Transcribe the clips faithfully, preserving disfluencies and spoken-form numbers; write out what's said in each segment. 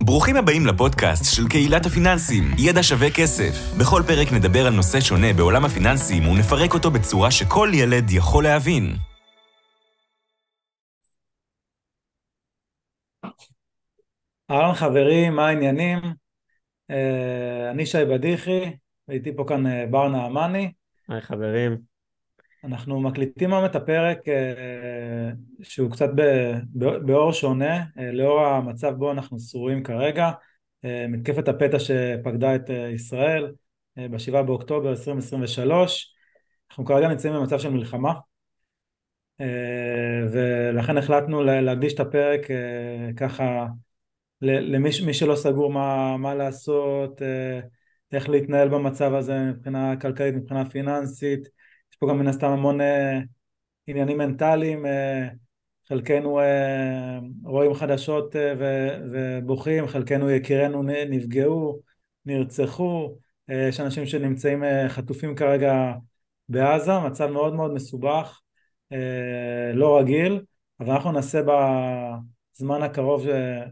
ברוכים הבאים לפודקאסט של קהילת הפיננסים, ידע שווה כסף. בכל פרק נדבר על נושא שונה בעולם הפיננסים ונפרק אותו בצורה שכל ילד יכול להבין. אהלן חברים, מה העניינים? אה, אני שי בדיחי, ואיתי פה כאן אה, בר נעמני. היי חברים. אנחנו מקליטים היום את הפרק אה, שהוא קצת ב- ב- באור שונה, אה, לאור המצב בו אנחנו שרויים כרגע, אה, מתקפת הפתע שפקדה את אה, ישראל אה, ב-שבעה באוקטובר עשרים עשרים ושלוש. אנחנו כרגע נמצאים במצב של מלחמה, אה, ולכן החלטנו לה- להקדיש את הפרק אה, ככה למי מי שלא סגור מה, מה לעשות, אה, איך להתנהל במצב הזה מבחינה כלכלית, מבחינה פיננסית. יש פה גם מן הסתם המון אה, עניינים מנטליים, אה, חלקנו אה, רואים חדשות אה, ו- ובוכים, חלקנו יקירנו נ- נפגעו, נרצחו, אה, יש אנשים שנמצאים אה, חטופים כרגע בעזה, מצב מאוד מאוד מסובך, אה, לא רגיל, אבל אנחנו ננסה בזמן הקרוב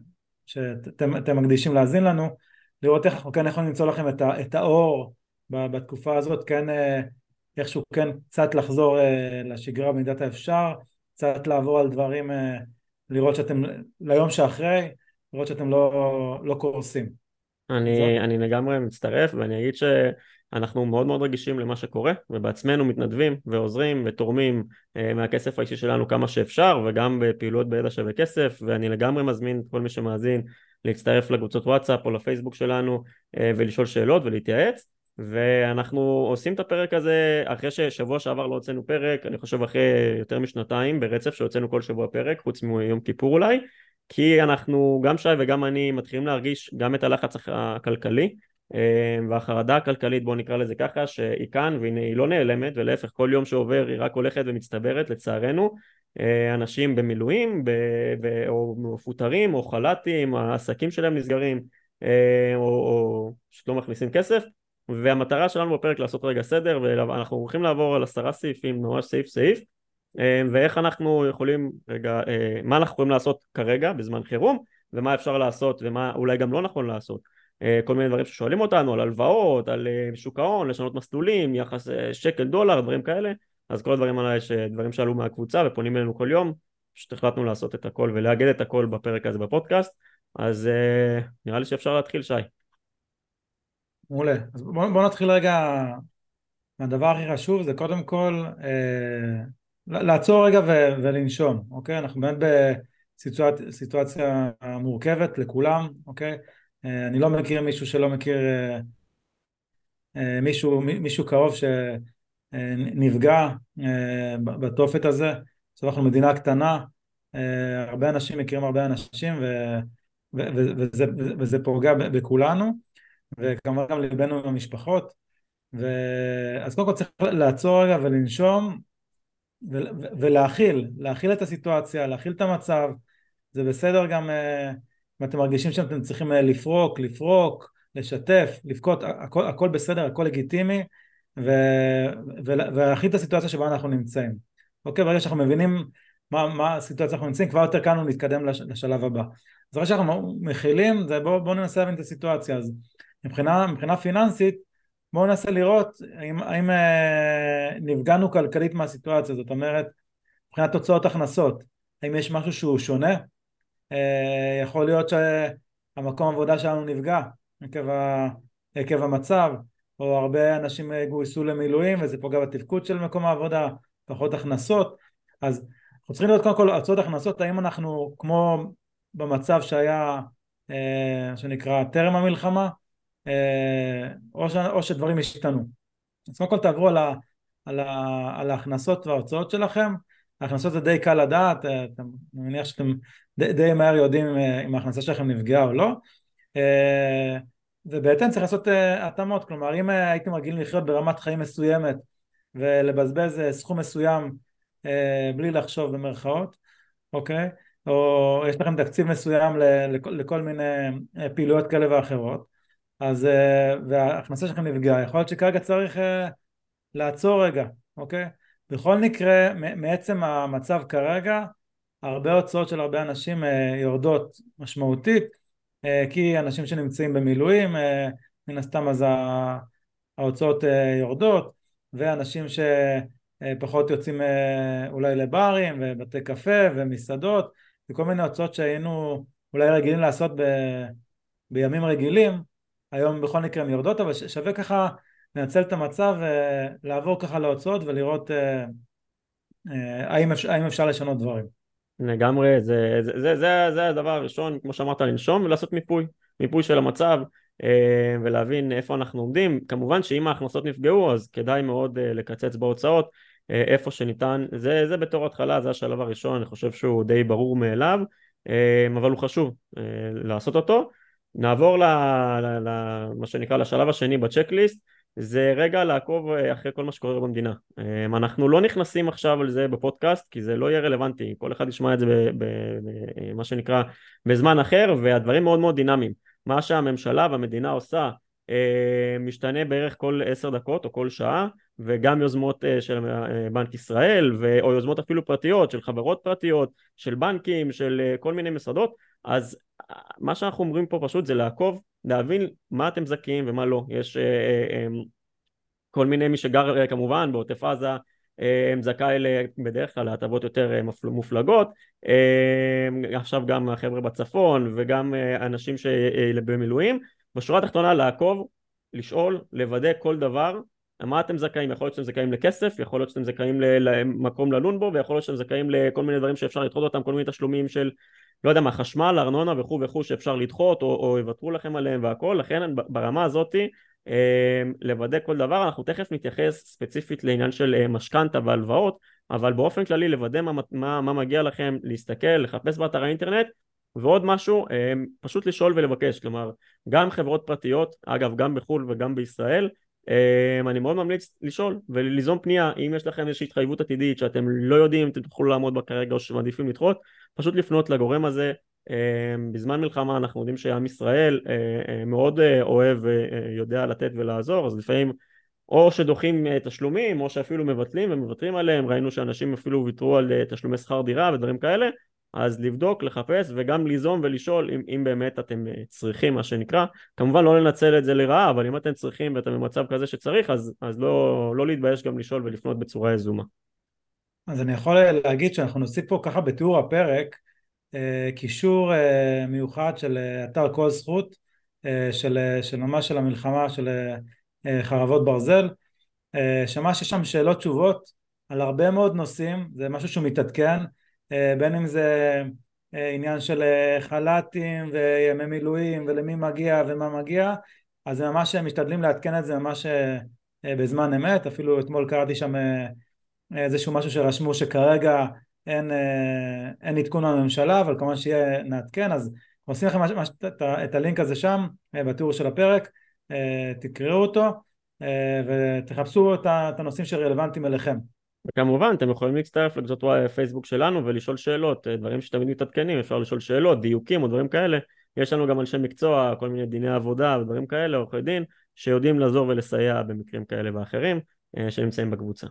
שאתם אתם מקדישים להאזין לנו, לראות איך אנחנו כן יכולים למצוא לכם את, ה, את האור ב- בתקופה הזאת, כן אה, איכשהו כן קצת לחזור אה, לשגרה במידת האפשר, קצת לעבור על דברים, אה, לראות שאתם ליום שאחרי, לראות שאתם לא, לא קורסים. אני, זאת? אני לגמרי מצטרף, ואני אגיד שאנחנו מאוד מאוד רגישים למה שקורה, ובעצמנו מתנדבים ועוזרים ותורמים אה, מהכסף האישי שלנו כמה שאפשר, וגם בפעילויות בידע שווה כסף. ואני לגמרי מזמין את כל מי שמאזין להצטרף לקבוצות וואטסאפ או לפייסבוק שלנו אה, ולשאול שאלות ולהתייעץ. ואנחנו עושים את הפרק הזה אחרי ששבוע שעבר לא הוצאנו פרק, אני חושב אחרי יותר משנתיים ברצף שהוצאנו כל שבוע פרק, חוץ מיום כיפור אולי, כי אנחנו, גם שי וגם אני, מתחילים להרגיש גם את הלחץ הכלכלי אה, והחרדה הכלכלית, בוא נקרא לזה ככה, שהיא כאן והיא היא לא נעלמת, ולהפך כל יום שעובר היא רק הולכת ומצטברת לצערנו. אה, אנשים במילואים ב, ב, או מפוטרים או חל"תים, העסקים שלהם נסגרים, אה, או, או שלא מכניסים כסף. והמטרה שלנו בפרק לעשות רגע סדר, ואנחנו הולכים לעבור על עשרה סעיפים, ממש סעיף סעיף, ואיך אנחנו יכולים, רגע, מה אנחנו יכולים לעשות כרגע בזמן חירום, ומה אפשר לעשות ומה אולי גם לא נכון לעשות. כל מיני דברים ששואלים אותנו על הלוואות, על שוק ההון, לשנות מסלולים, יחס שקל דולר, דברים כאלה. אז כל הדברים האלה יש דברים שעלו מהקבוצה ופונים אלינו כל יום, פשוט החלטנו לעשות את הכל ולאגד את הכל בפרק הזה בפודקאסט. אז נראה לי שאפשר להתחיל, שי. מעולה. אז בואו בוא נתחיל רגע מהדבר הכי חשוב, זה קודם כל אה, לעצור רגע ו- ולנשום, אוקיי? אנחנו באמת בסיטואציה מורכבת לכולם, אוקיי? אה, אני לא מכיר מישהו שלא מכיר אה, אה, מישהו, מי- מישהו קרוב שנפגע אה, בתופת הזה. בסוף אנחנו מדינה קטנה, אה, הרבה אנשים מכירים הרבה אנשים ו- ו- ו- וזה, וזה פוגע ב- בכולנו, וכמובן גם ליבנו עם המשפחות. ו... אז קודם כל צריך לעצור רגע ולנשום ו... ולהכיל, להכיל את הסיטואציה, להכיל את המצב. זה בסדר גם אה, אם אתם מרגישים שאתם צריכים אה, לפרוק, לפרוק, לשתף, לבכות, הכל, הכל בסדר, הכל לגיטימי, ו... ו... ולהכיל את הסיטואציה שבה אנחנו נמצאים. אוקיי, ברגע שאנחנו מבינים מה, מה הסיטואציה אנחנו נמצאים, כבר יותר קל לנו להתקדם לש... לשלב הבא. אז אחרי שאנחנו מכילים, זה בואו בוא ננסה להבין את הסיטואציה. אז מבחינה, מבחינה פיננסית, בואו ננסה לראות האם, האם אה, נפגענו כלכלית מהסיטואציה, זאת אומרת, מבחינת תוצאות הכנסות, האם יש משהו שהוא שונה? אה, יכול להיות שהמקום העבודה שלנו נפגע עקב, ה, עקב המצב, או הרבה אנשים גויסו למילואים וזה פוגע בתפקוד של מקום העבודה, פחות הכנסות. אז אנחנו צריכים לראות קודם כל תוצאות הכנסות, האם אנחנו כמו במצב שהיה, אה, שנקרא טרם המלחמה, אה, או, ש, או שדברים השתנו. אז קודם כל תעברו על, ה, על, ה, על ההכנסות וההוצאות שלכם. ההכנסות זה די קל לדעת, אה, אתם, אני מניח שאתם די, די מהר יודעים אם, אה, אם ההכנסה שלכם נפגעה או לא, אה, ובהתאם צריך לעשות אה, התאמות. כלומר אם אה, הייתם רגילים לחיות ברמת חיים מסוימת ולבזבז אה, סכום מסוים אה, בלי לחשוב במרכאות, אוקיי? או יש לכם תקציב מסוים ל- לכל, לכל מיני אה, פעילויות כאלה ואחרות, אז אה, וההכנסה שלכם נפגעה, יכול להיות שכרגע צריך אה, לעצור רגע, אוקיי? בכל מקרה, מ- מעצם המצב כרגע, הרבה הוצאות של הרבה אנשים אה, יורדות משמעותית, כי אנשים שנמצאים במילואים, מן הסתם אז ההוצאות יורדות, ואנשים שפחות יוצאים אולי לברים ובתי קפה ומסעדות, וכל מיני הוצאות שהיינו אולי רגילים לעשות ב, בימים רגילים, היום בכל מקרה הן יורדות, אבל שווה ככה לנצל את המצב ולעבור ככה להוצאות ולראות האם אפשר, האם אפשר לשנות דברים. לגמרי, זה, זה, זה, זה, זה הדבר הראשון, כמו שאמרת, לנשום ולעשות מיפוי, מיפוי של המצב, ולהבין איפה אנחנו עומדים. כמובן שאם ההכנסות נפגעו, אז כדאי מאוד לקצץ בהוצאות, איפה שניתן. זה, זה בתור התחלה, זה השלב הראשון, אני חושב שהוא די ברור מאליו, אבל הוא חשוב לעשות אותו. נעבור ל, ל, ל, מה שנקרא לשלב השני בצ'קליסט, זה רגע לעקוב אחרי כל מה שקורה במדינה. אנחנו לא נכנסים עכשיו על זה בפודקאסט, כי זה לא יהיה רלוונטי, כל אחד ישמע את זה במה שנקרא בזמן אחר, והדברים מאוד מאוד דינמיים. מה שהממשלה והמדינה עושה משתנה בערך כל עשר דקות או כל שעה, וגם יוזמות של בנק ישראל, או יוזמות אפילו פרטיות, של חברות פרטיות, של בנקים, של כל מיני משרדות. אז מה שאנחנו אומרים פה פשוט זה לעקוב, להבין מה אתם זכאים ומה לא. יש כל מיני, מי שגר כמובן בעוטף עזה, הם זכאי בדרך כלל להטבות יותר מופלגות, עכשיו גם החבר'ה בצפון וגם אנשים שבמילואים. בשורה התחתונה לעקוב, לשאול, לוודא כל דבר, מה אתם זכאים. יכול להיות שאתם זכאים לכסף, יכול להיות שאתם זכאים למקום ללון בו, ויכול להיות שאתם זכאים לכל מיני דברים שאפשר לדחות אותם, כל מיני תשלומים של לא יודע מה, חשמל, ארנונה וכו' וכו' שאפשר לדחות או, או יוותרו לכם עליהם והכל. לכן ברמה הזאת לוודא כל דבר. אנחנו תכף נתייחס ספציפית לעניין של משכנתא והלוואות, אבל באופן כללי לוודא מה, מה, מה מגיע לכם, להסתכל, לחפש באתר האינטרנט. ועוד משהו, פשוט לשאול ולבקש. כלומר, גם חברות פרטיות, אגב גם בחו"ל וגם בישראל, אני מאוד ממליץ לשאול וליזום פנייה. אם יש לכם איזושהי התחייבות עתידית שאתם לא יודעים אם אתם תוכלו לעמוד בה כרגע או שמעדיפים לדחות, פשוט לפנות לגורם הזה. בזמן מלחמה אנחנו יודעים שעם ישראל מאוד אוהב ויודע לתת ולעזור, אז לפעמים או שדוחים תשלומים או שאפילו מבטלים ומוותרים עליהם. ראינו שאנשים אפילו ויתרו על תשלומי שכר דירה ודברים כאלה. אז לבדוק, לחפש וגם ליזום ולשאול אם, אם באמת אתם צריכים, מה שנקרא. כמובן לא לנצל את זה לרעה, אבל אם אתם צריכים ואתם במצב כזה שצריך, אז, אז לא, לא להתבייש גם לשאול ולפנות בצורה יזומה. אז אני יכול להגיד שאנחנו נוסיף פה ככה בתיאור הפרק, קישור מיוחד של אתר כל זכות, של, של ממש של המלחמה של חרבות ברזל, שמש יש שם שאלות תשובות על הרבה מאוד נושאים. זה משהו שהוא מתעדכן, בין אם זה עניין של חל"תים וימי מילואים ולמי מגיע ומה מגיע, אז זה ממש משתדלים לעדכן את זה ממש בזמן אמת. אפילו אתמול קראתי שם איזשהו משהו שרשמו שכרגע אין, אין עדכון מהממשלה, אבל כמובן שיהיה נעדכן. אז עושים לכם מש, מש, את, את הלינק הזה שם בתיאור של הפרק, תקראו אותו ותחפשו את הנושאים שרלוונטיים אליכם. וכמובן אתם יכולים להצטרף לקבוצות פייסבוק שלנו ולשאול שאלות, דברים שתמיד מתעדכנים, אפשר לשאול שאלות, דיוקים או דברים כאלה. יש לנו גם אנשי מקצוע, כל מיני דיני עבודה ודברים כאלה, עורכי דין, שיודעים לעזור ולסייע במקרים כאלה ואחרים שנמצאים בקבוצה.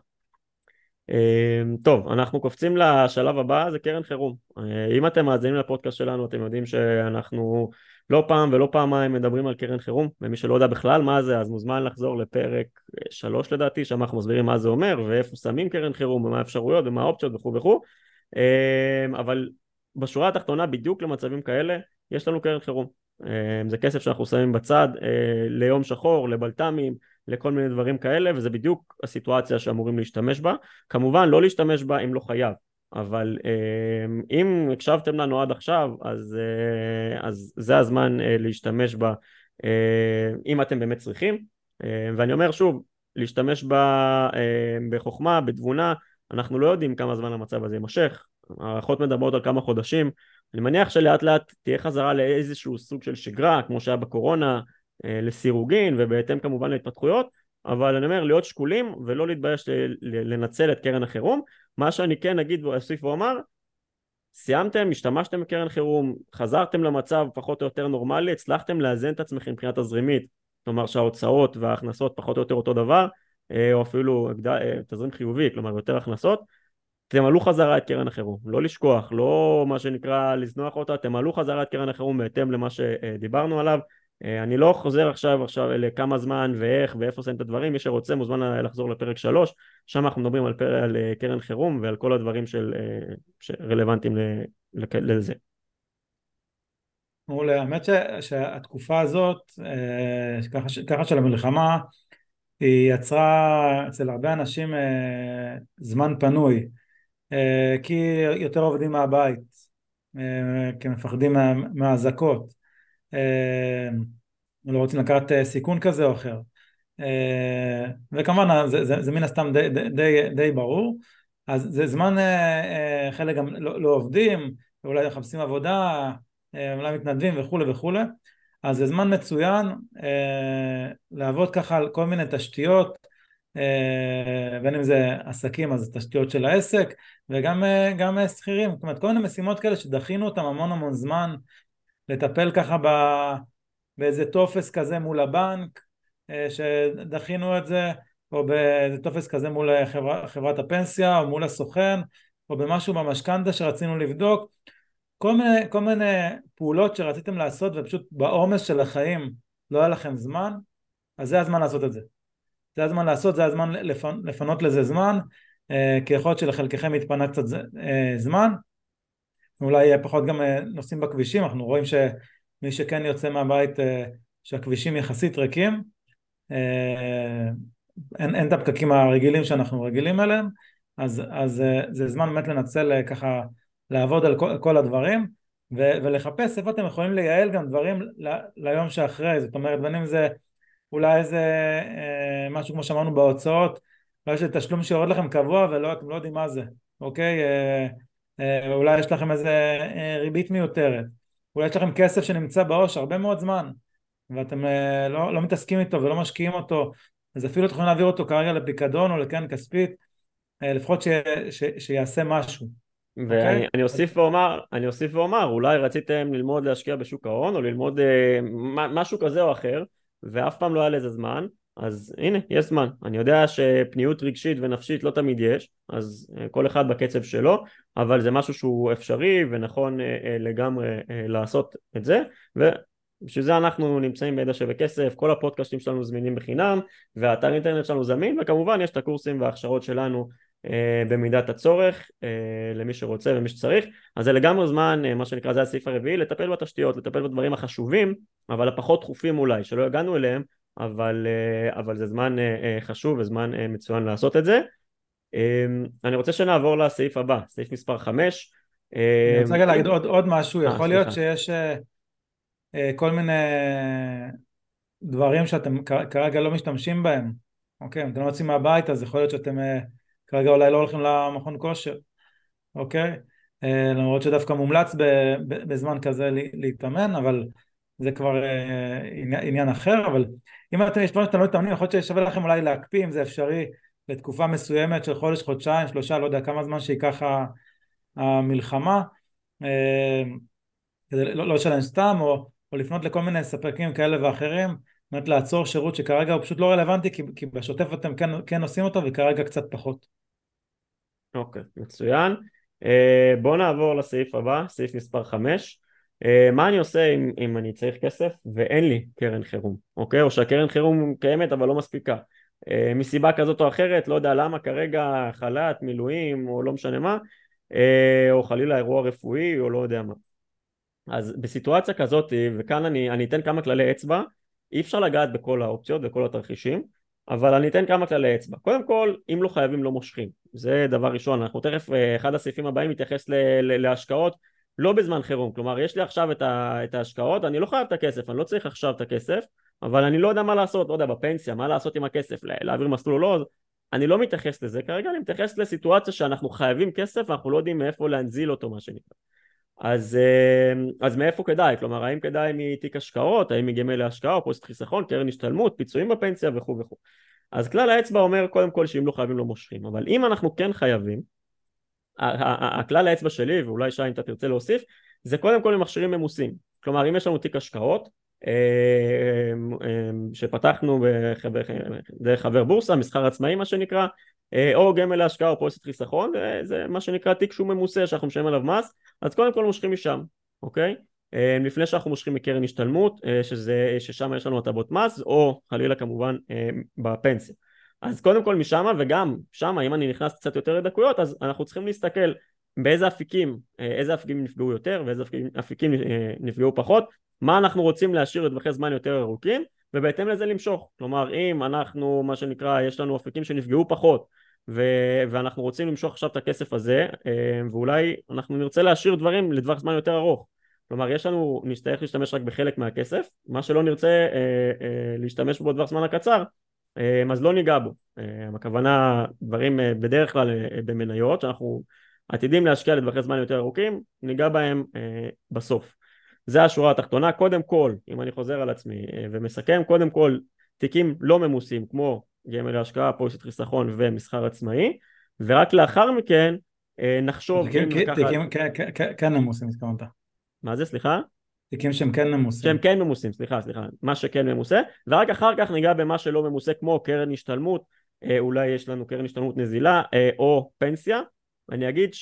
טוב, אנחנו קופצים לשלב הבא, זה קרן חירום. אם אתם מאזינים לפודקאסט שלנו, אתם יודעים שאנחנו לא פעם ולא פעמיים מדברים על קרן חירום, ומי שלא יודע בכלל מה זה, אז מוזמן לחזור לפרק שלוש לדעתי, שם אנחנו מסבירים מה זה אומר, ואיפה שמים קרן חירום, ומה האפשרויות, ומה האופציות וכו' וכו'. אבל בשורה התחתונה, בדיוק למצבים כאלה, יש לנו קרן חירום. זה כסף שאנחנו שמים בצד ליום שחור, לבלת"מים, לכל מיני דברים כאלה, וזה בדיוק הסיטואציה שאמורים להשתמש בה. כמובן לא להשתמש בה אם לא חייב, אבל אם הקשבתם לנו עד עכשיו, אז, אז זה הזמן להשתמש בה אם אתם באמת צריכים. ואני אומר שוב, להשתמש בה בחוכמה, בתבונה. אנחנו לא יודעים כמה זמן המצב הזה יימשך, הערכות מדברות על כמה חודשים. אני מניח שלאט לאט תהיה חזרה לאיזשהו סוג של שגרה, כמו שהיה בקורונה, לסירוגין ובהתאם כמובן להתפתחויות, אבל אני אומר להיות שקולים ולא להתבייש לנצל את קרן החירום. מה שאני כן אגיד ואוסיף ואומר, סיימתם, השתמשתם בקרן חירום, חזרתם למצב פחות או יותר נורמלי, הצלחתם לאזן את עצמכם מבחינה תזרימית, כלומר שההוצאות וההכנסות פחות או יותר אותו דבר, או אפילו תזרים חיובי, כלומר יותר הכנסות, תמלאו חזרה את קרן החירום, לא לשכוח, לא מה שנקרא לזנוח אותה, תמלאו חזרה את קרן החירום בהתאם למה שדיברנו עליו. אני לא חוזר עכשיו עכשיו לכמה זמן ואיך ואיפה עושים את הדברים, מי שרוצה מוזמן לחזור לפרק שלוש, שם אנחנו מדברים על, פר, על קרן חירום ועל כל הדברים של, שרלוונטיים לזה. מעולה, האמת שהתקופה הזאת, ככה, ככה של המלחמה, היא יצרה אצל הרבה אנשים זמן פנוי, כי יותר עובדים מהבית, כי מפחדים מהאזעקות, לא רוצים לקחת סיכון כזה או אחר, וכמובן זה, זה, זה מן הסתם די, די, די ברור. אז זה זמן, חלק גם לא, לא עובדים, אולי מחפשים עבודה, אולי מתנדבים וכו' וכו', אז זה זמן מצוין לעבוד ככה על כל מיני תשתיות, בין אם זה עסקים, אז תשתיות של העסק, וגם גם שכירים, זאת אומרת כל מיני משימות כאלה שדחינו אותם המון המון זמן, לטפל ככה ב, באיזה טופס כזה מול הבנק, שדחינו את זה, או באיזה טופס כזה מול חברה, חברת הפנסיה, או מול הסוכן, או במשהו במשכנתא שרצינו לבדוק, כל מיני, כל מיני פעולות שרציתם לעשות, ופשוט בעומס של החיים לא היה לכם זמן, אז זה הזמן לעשות את זה. זה הזמן לעשות, זה הזמן לפנ, לפנות לזה זמן, כי יכול להיות שלחלקכם התפנה קצת זמן, אולי פחות גם נוסעים בכבישים, אנחנו רואים שמי שכן יוצא מהבית, שהכבישים יחסית ריקים, אין, אין את הפקקים הרגילים שאנחנו רגילים אליהם, אז, אז זה זמן באמת לנצל ככה, לעבוד על כל, כל הדברים, ו, ולחפש איפה אתם יכולים לייעל גם דברים ל, ליום שאחרי, זאת אומרת, בין אם זה אולי איזה אה, משהו כמו שאמרנו בהוצאות, אולי יש תשלום שיורד לכם קבוע ולא, אתם לא יודעים מה זה, אוקיי? אה, אה, אולי יש לכם איזה אה, ריבית מיותרת, אולי יש לכם כסף שנמצא בעו"ש הרבה מאוד זמן, ואתם אה, לא, לא מתעסקים איתו ולא משקיעים אותו, אז אפילו אתם יכולים להעביר אותו כרגע לפיקדון או לקרן כספית, אה, לפחות ש, ש, שיעשה משהו. ואני אני אוסיף ואומר, אני אוסיף ואומר, אולי רציתם ללמוד להשקיע בשוק ההון, או ללמוד אה, משהו כזה או אחר, ואף פעם לא היה לזה זמן, אז הנה, יש זמן. אני יודע שפניות רגשית ונפשית לא תמיד יש, אז אה, כל אחד בקצב שלו, אבל זה משהו שהוא אפשרי ונכון אה, אה, לגמרי אה, לעשות את זה, ובשביל זה אנחנו נמצאים בידע שווה כסף, כל הפודקאסטים שלנו זמינים בחינם, והאתר אינטרנט שלנו זמין, וכמובן יש את הקורסים וההכשרות שלנו, במידת הצורך למי שרוצה ומי שצריך. אז זה לגמרי זמן, מה שנקרא, זה הסעיף הרביעי, לטפל בתשתיות, לטפל בדברים החשובים אבל הפחות דחופים אולי שלא הגענו אליהם, אבל, אבל זה זמן חשוב וזמן מצוין לעשות את זה. אני רוצה שנעבור לסעיף הבא, סעיף מספר חמש. אני רוצה להגיד עוד, עוד משהו. יכול להיות שיש כל מיני דברים שאתם כרגע לא משתמשים בהם, אוקיי, אם אתם לא יוצאים מהבית אז יכול להיות שאתם כרגע אולי לא הולכים למכון כושר, אוקיי? למרות שדווקא מומלץ בזמן כזה להתאמן, אבל זה כבר עניין אחר. אבל אם אתם יש פעם שאתם לא מתאמנים, יכול להיות ששווה לכם אולי להקפיא, אם זה אפשרי, לתקופה מסוימת של חודש, חודשיים, שלושה, לא יודע כמה זמן שיקח המלחמה, כדי לא לשלם סתם, או, או לפנות לכל מיני ספקים כאלה ואחרים, באמת לעצור שירות שכרגע הוא פשוט לא רלוונטי, כי, כי בשוטף אתם כן, כן עושים אותו, וכרגע קצת פחות. אוקיי, מצוין. בואו נעבור לסעיף הבא, סעיף מספר חמש. מה אני עושה אם, אם אני צריך כסף ואין לי קרן חירום, אוקיי? או שהקרן חירום קיימת אבל לא מספיקה. מסיבה כזאת או אחרת, לא יודע למה, כרגע חל"ת, מילואים, או לא משנה מה, או חלילה אירוע רפואי, או לא יודע מה. אז בסיטואציה כזאת, וכאן אני, אני אתן כמה כללי אצבע, אי אפשר לגעת בכל האופציות וכל התרחישים, אבל אני אתן כמה כללי אצבע. קודם כל, אם לא חייבים לא מושכים. זה דבר ראשון. אנחנו תכף, אחד הסעיפים הבאים מתייחס ל- ל- להשקעות, לא בזמן חירום. כלומר, יש לי עכשיו את, ה- את ההשקעות, אני לא חייב את הכסף, אני לא צריך עכשיו את הכסף, אבל אני לא יודע מה לעשות, לא יודע, בפנסיה, מה לעשות עם הכסף, להעביר מסלול או לא, אני לא מתייחס לזה. כרגע אני מתייחס לסיטואציה שאנחנו חייבים כסף, ואנחנו לא יודעים מאיפה להנזיל אותו, מה שנקרא. אז, אז מאיפה כדאי? כלומר, האם כדאי מתיק השקעות, האם מגמל להשקעה, פוסט חיסכון, קרן השתלמות, פיצויים בפנסיה וכו' וכו'. אז כלל האצבע אומר קודם כל שאם לא חייבים לא מושכים, אבל אם אנחנו כן חייבים, הכלל האצבע שלי, ואולי שי אם אתה תרצה להוסיף, זה קודם כל למכשירים ממוסים. כלומר, אם יש לנו תיק השקעות, שפתחנו דרך חבר בורסה, מסחר עצמאי מה שנקרא, או גמל להשקעה או פוליסת חיסכון, זה מה שנקרא תיק שהוא ממוסה שאנחנו משלמים עליו מס, אז קודם כל מושכים משם, אוקיי? לפני שאנחנו מושכים מקרן השתלמות, שזה, ששם יש לנו הטבות מס, או חלילה כמובן בפנסיה. אז קודם כל משם, וגם שם, אם אני נכנס קצת יותר לדקויות, אז אנחנו צריכים להסתכל באיזה אפיקים, איזה אפיקים נפגעו יותר, ואיזה אפיקים נפגעו פחות, מה אנחנו רוצים להשאיר לטווחי זמן יותר ארוכים, ובהתאם לזה למשוך. כלומר, אם אנחנו, מה שנקרא, יש לנו אפיקים שנפגעו פחות, ו- ואנחנו רוצים למשוך עכשיו את הכסף הזה, ואולי אנחנו נרצה להשאיר דברים לטווח זמן יותר ארוך. כלומר, יש לנו, נצטרך להשתמש רק בחלק מהכסף, מה שלא נרצה אה, אה, להשתמש בו בטווח זמן הקצר, אה, אז לא ניגע בו. אה, הכוונה, דברים אה, בדרך כלל אה, במניות, שאנחנו עתידים להשקיע לטווחי זמן יותר ארוכים, ניגע בהם אה, בסוף. זה השורה התחתונה. קודם כל, אם אני חוזר על עצמי אה, ומסכם, קודם כל, תיקים לא ממוסים, כמו גמל להשקעה, פוליסת חיסכון ומסחר עצמאי, ורק לאחר מכן אה, נחשוב תיקים, אם לקחת... תיקים כן ממוסים, התכוונת. מה זה, סליחה? תיקים שהם כן ממוסים. שהם כן ממוסים, סליחה, סליחה, מה שכן ממוסה, ורק אחר כך ניגע במה שלא ממוסה, כמו קרן השתלמות, אה, אולי יש לנו קרן השתלמות נזילה, אה, או פנסיה. אני אגיד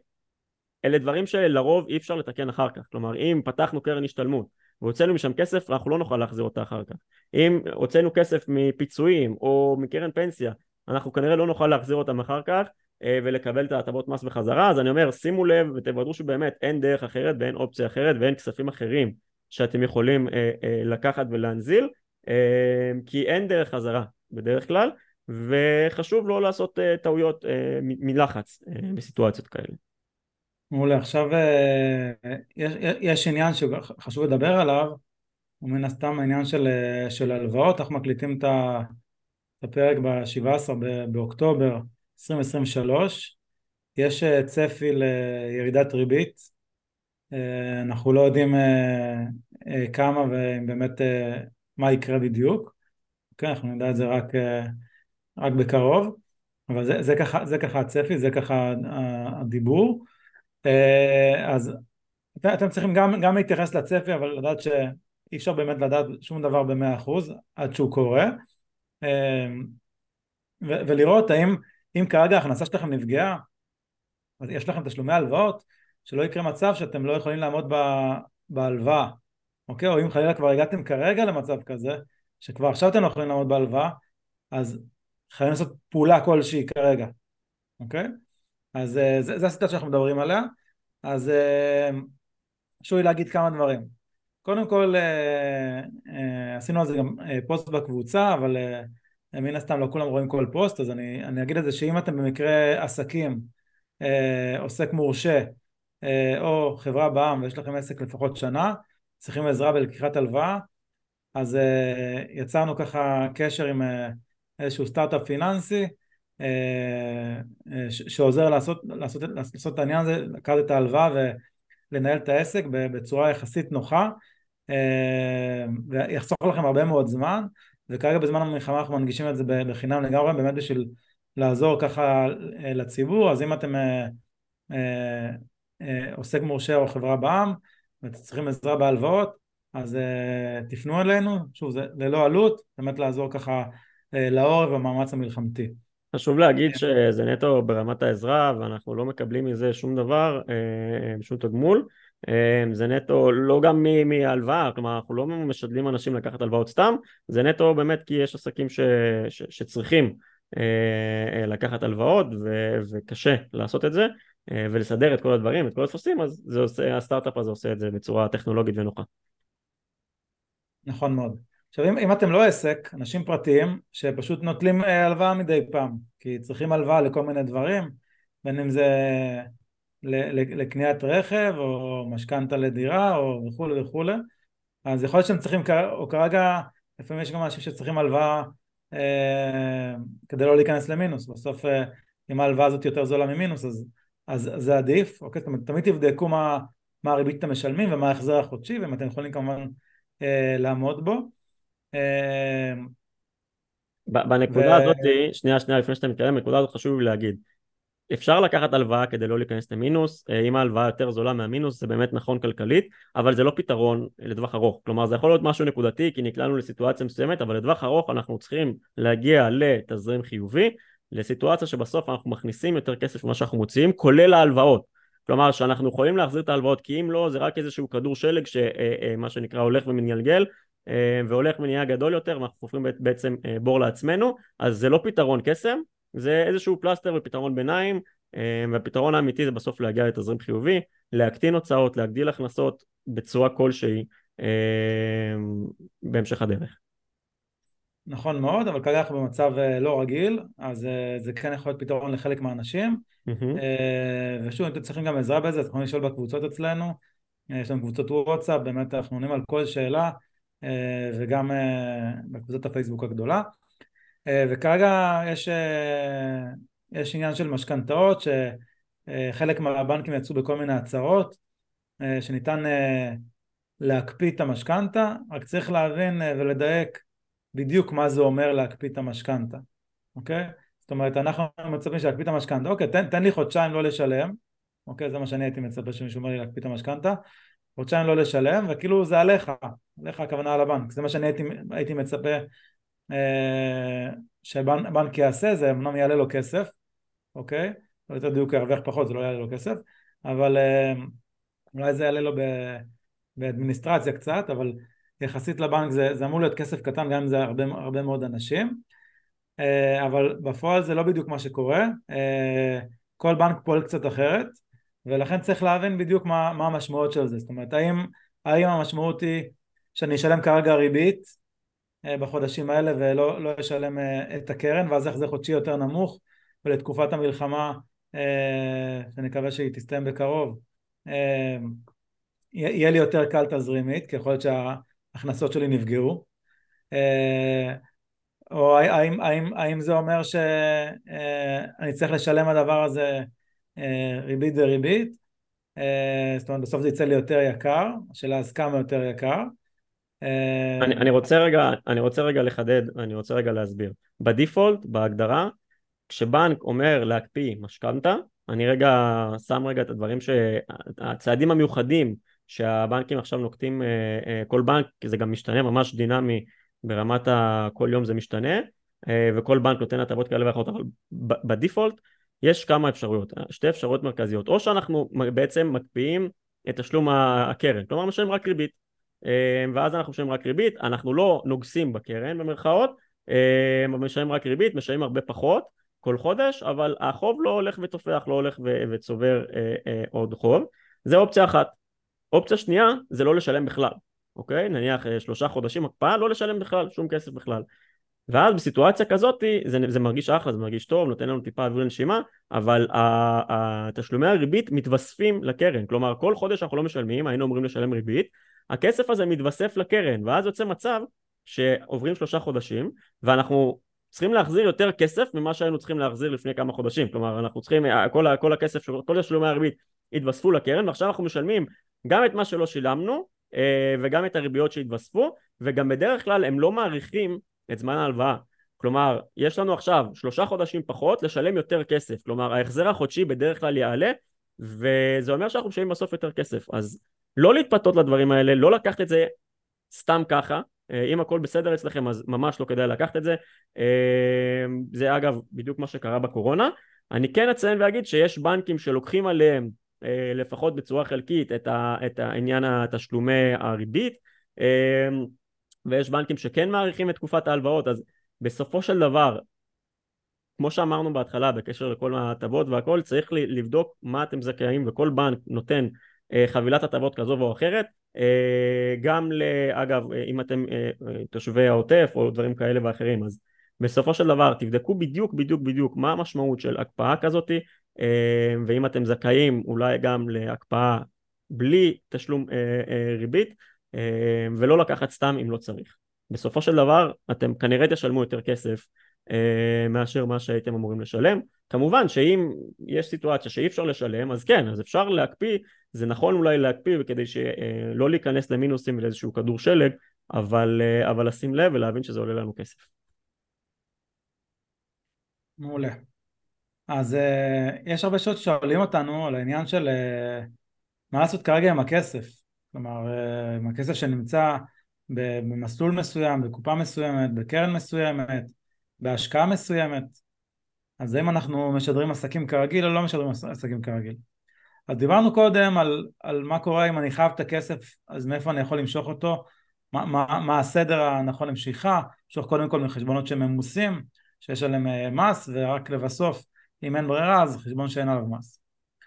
שאלה דברים שלרוב אי אפשר לתקן אחר כך. כלומר, אם פתחנו קרן השתלמות והוצאנו משם כסף, אנחנו לא נוכל להחזיר אותה אחר כך. אם הוצאנו כסף מפיצויים או מקרן פנסיה, אנחנו כנראה לא נוכל להחזיר אותם אחר כך, ולקבל את ההטבות מס בחזרה. אז אני אומר, שימו לב ותוודאו שבאמת אין דרך אחרת ואין אופציה אחרת ואין כספים אחרים שאתם יכולים אה, אה, לקחת ולהנזיל, אה, כי אין דרך חזרה בדרך כלל, וחשוב לא לעשות אה, טעויות אה, מ- מלחץ אה, בסיטואציות כאלה. מעולה, עכשיו אה, יש, יש עניין שחשוב לדבר עליו, ומן הסתם העניין של, של הלוואות. אנחנו מקליטים את ה- את הפרק ב-שבעה עשר באוקטובר עשרים עשרים ושלוש, יש אה, צפי לירידת ריבית, אה, אנחנו לא יודעים אה, אה, כמה ובאמת אה, מה יקרה בדיוק, אוקיי, אנחנו נדע את זה רק, אה, רק בקרוב, אבל זה, זה, ככה, זה ככה הצפי, זה ככה הדיבור. אה, אז את, אתם צריכים גם, גם להתייחס לצפי, אבל לדעת שאי אפשר באמת לדעת שום דבר במאה אחוז עד שהוא קורה, אה, ו- ולראות האם אם כרגע ההכנסה שלכם נפגעה, אז יש לכם תשלומי הלוואות, שלא יקרה מצב שאתם לא יכולים לעמוד בהלוואה, אוקיי? או אם חלילה כבר הגעתם כרגע למצב כזה, שכבר עכשיו אתם לא יכולים לעמוד בהלוואה, אז חייבים לעשות פעולה כלשהי כרגע, אוקיי? אז זה, זה הסיטואציה שאנחנו מדברים עליה. אז חשוב לי להגיד כמה דברים. קודם כל, עשינו על זה גם פוסט בקבוצה, אבל מן הסתם לא כולם רואים כל פוסט, אז אני, אני אגיד את זה שאם אתם במקרה עסקים, עוסק מורשה, או חברה בע"מ ויש לכם עסק לפחות שנה, צריכים עזרה בלקיחת הלוואה, אז יצרנו ככה קשר עם איזשהו סטארט-אפ פיננסי שעוזר לעשות, לעשות, לעשות את העניין הזה, לקחת את ההלוואה ולנהל את העסק בצורה יחסית נוחה, ויחסוך לכם הרבה מאוד זמן. וכרגע בזמן המלחמה אנחנו מנגישים את זה בחינם לגמרי, באמת בשביל לעזור ככה לציבור. אז אם אתם עוסק מורשה או חברה בע"מ ואתם צריכים עזרה בהלוואות, אז תפנו אלינו, שוב זה ללא עלות, באמת לעזור ככה לעורף במאמץ המלחמתי. חשוב להגיד שזה נטו ברמת העזרה, ואנחנו לא מקבלים מזה שום דבר, שום תגמול. זה נטו לא גם מההלוואה, כלומר אנחנו לא משדלים אנשים לקחת הלוואות סתם, זה נטו באמת כי יש עסקים ש, ש, שצריכים לקחת הלוואות, ו, וקשה לעשות את זה ולסדר את כל הדברים, את כל התפוסים, אז זה עושה, הסטארט-אפ הזה עושה את זה בצורה טכנולוגית ונוחה. נכון מאוד. עכשיו אם, אם אתם לא עסק, אנשים פרטיים שפשוט נוטלים הלוואה מדי פעם, כי צריכים הלוואה לכל מיני דברים, בין אם זה לקניית רכב או משכנתה לדירה או וכו' וכו', אז יכול להיות שהם צריכים, או כרגע לפעמים יש גם אנשים שצריכים הלוואה אה, כדי לא להיכנס למינוס. בסוף אה, אם ההלוואה הזאת יותר זולה ממינוס, אז, אז זה עדיף, אוקיי? זאת אומרת, תמיד תבדקו מה, מה הריבית אתם משלמים ומה ההחזר החודשי, ואם אתם יכולים כמובן אה, לעמוד בו. אה, בנקודה ו... הזאת, שנייה שנייה לפני שאתה מתקדם, בנקודה הזאת חשוב לי להגיד, אפשר לקחת הלוואה כדי לא להיכנס למינוס, אם ההלוואה יותר זולה מהמינוס זה באמת נכון כלכלית, אבל זה לא פתרון לטווח ארוך, כלומר זה יכול להיות משהו נקודתי כי נקלענו לסיטואציה מסוימת, אבל לטווח ארוך אנחנו צריכים להגיע לתזרים חיובי, לסיטואציה שבסוף אנחנו מכניסים יותר כסף ממה שאנחנו מוציאים, כולל ההלוואות, כלומר שאנחנו יכולים להחזיר את ההלוואות, כי אם לא זה רק איזשהו כדור שלג שמה שנקרא הולך ומתגלגל, והולך ונהיה גדול יותר, ואנחנו הופכים בעצם בור לעצמנו, אז זה לא פתרון קסם, זה איזשהו פלסטר ופתרון ביניים, והפתרון האמיתי זה בסוף להגיע לתזרים חיובי, להקטין הוצאות, להגדיל הכנסות בצורה כלשהי בהמשך הדרך. נכון מאוד, אבל כרגע אנחנו במצב לא רגיל, אז זה כן יכול להיות פתרון לחלק מהאנשים, ושוב, אתם צריכים גם עזרה בזה, אתם יכולים לשאול בקבוצות אצלנו, יש לנו קבוצות וואטסאפ, באמת אנחנו עונים על כל שאלה, וגם בקבוצת הפייסבוק הגדולה, וכרגע יש, יש עניין של משכנתאות, שחלק מהבנקים יצאו בכל מיני הצהרות, שניתן להקפיא את המשכנתה, רק צריך להבין ולדייק בדיוק מה זה אומר להקפיא את המשכנתה, אוקיי? זאת אומרת, אנחנו מצפים להקפיא את המשכנתה, אוקיי, תן, תן לי חודשיים לא לשלם, אוקיי, זה מה שאני הייתי מצפה שמישהו אומר לי להקפיא את המשכנתה, חודשיים לא לשלם, וכאילו זה עליך, עליך הכוונה על הבנק, זה מה שאני הייתי, הייתי מצפה אה, שבנק יעשה, זה אמנם יעלה לו כסף, אוקיי, לא יותר דיוק ירוויח פחות, זה לא יעלה לו כסף, אבל אה, אולי זה יעלה לו ב, באדמיניסטרציה קצת, אבל יחסית לבנק זה, זה אמור להיות כסף קטן, גם אם זה הרבה, הרבה מאוד אנשים, אה, אבל בפועל זה לא בדיוק מה שקורה, אה, כל בנק פועל קצת אחרת, ולכן צריך להבין בדיוק מה, מה המשמעות של זה, זאת אומרת, האם, האם המשמעות היא שאני אשלם כרגע ריבית אה, בחודשים האלה ולא לא אשלם אה, את הקרן, ואז החזר חודשי יותר נמוך, ולתקופת המלחמה, אה, שאני מקווה שהיא תסתיים בקרוב, אה, יהיה לי יותר קל תזרימית, כי יכול להיות שההכנסות שלי נפגעו, אה, או האם, האם, האם זה אומר שאני צריך לשלם הדבר הזה ריבית דריבית, זאת אומרת בסוף זה יצא לי יותר יקר, השאלה אז כמה יותר יקר. אני, אני רוצה רגע, אני רוצה רגע לחדד, אני רוצה רגע להסביר. בדיפולט, בהגדרה, כשבנק אומר להקפיא משכנתה, אני רגע שם רגע את הדברים שהצעדים המיוחדים שהבנקים עכשיו נוקטים, כל בנק, זה גם משתנה ממש דינמי ברמת כל יום זה משתנה, וכל בנק נותן הטבות כאלה ואחרות, אבל בדיפולט יש כמה אפשרויות, שתי אפשרויות מרכזיות, או שאנחנו בעצם מקפיאים את תשלום הקרן, כלומר משלמים רק ריבית, ואז אנחנו משלמים רק ריבית, אנחנו לא נוגסים בקרן במרכאות, משלמים רק ריבית, משלמים הרבה פחות כל חודש, אבל החוב לא הולך ותופח, לא הולך וצובר עוד חוב, זה אופציה אחת. אופציה שנייה זה לא לשלם בכלל, אוקיי? נניח שלושה חודשים הקפאה, לא לשלם בכלל, שום כסף בכלל. ואז בסיטואציה כזאת זה, זה מרגיש אחלה, זה מרגיש טוב, נותן לנו טיפה אוויר לנשימה, אבל התשלומי הריבית מתווספים לקרן, כלומר כל חודש אנחנו לא משלמים, היינו אומרים לשלם ריבית, הכסף הזה מתווסף לקרן, ואז יוצא מצב שעוברים שלושה חודשים, ואנחנו צריכים להחזיר יותר כסף ממה שהיינו צריכים להחזיר לפני כמה חודשים, כלומר אנחנו צריכים, כל, כל הכסף, כל תשלומי הריבית התווספו לקרן, ועכשיו אנחנו משלמים גם את מה שלא שילמנו, וגם את הריביות שהתווספו, וגם בדרך כלל הם לא מעריכים את זמן ההלוואה, כלומר יש לנו עכשיו שלושה חודשים פחות לשלם יותר כסף, כלומר ההחזר החודשי בדרך כלל יעלה, וזה אומר שאנחנו משלמים בסוף יותר כסף, אז לא להתפתות לדברים האלה, לא לקחת את זה סתם ככה, אם הכל בסדר אצלכם אז ממש לא כדאי לקחת את זה, זה אגב בדיוק מה שקרה בקורונה. אני כן אציין ואגיד שיש בנקים שלוקחים עליהם לפחות בצורה חלקית את, ה, את העניין התשלומי הריבית, ויש בנקים שכן מעריכים את תקופת ההלוואות, אז בסופו של דבר, כמו שאמרנו בהתחלה בקשר לכל ההטבות והכל, צריך לבדוק מה אתם זכאים, וכל בנק נותן חבילת הטבות כזו או אחרת, גם אגב אם אתם תושבי העוטף או דברים כאלה ואחרים, אז בסופו של דבר תבדקו בדיוק בדיוק בדיוק מה המשמעות של הקפאה כזאת, ואם אתם זכאים אולי גם להקפאה בלי תשלום ריבית, ולא לקחת סתם אם לא צריך. בסופו של דבר אתם כנראה תשלמו יותר כסף מאשר מה שהייתם אמורים לשלם. כמובן שאם יש סיטואציה שאי אפשר לשלם אז כן, אז אפשר להקפיא, זה נכון אולי להקפיא כדי שלא להיכנס למינוסים ולאיזשהו כדור שלג, אבל, אבל לשים לב ולהבין שזה עולה לנו כסף. מעולה. אז אה, יש הרבה שעות ששואלים אותנו על העניין של אה, מה לעשות כרגע עם הכסף. כלומר, אה, עם הכסף שנמצא במסלול מסוים, בקופה מסוימת, בקרן מסוימת, בהשקעה מסוימת. אז האם אנחנו משדרים עסקים כרגיל או לא משדרים עסקים כרגיל? אז דיברנו קודם על, על מה קורה אם אני חייב את הכסף, אז מאיפה אני יכול למשוך אותו, מה, מה, מה הסדר הנכון למשיכה, למשוך קודם כל מחשבונות שממוסים, שיש עליהם אה, מס, ורק לבסוף, אם אין ברירה, אז חשבון שאין עליו מס.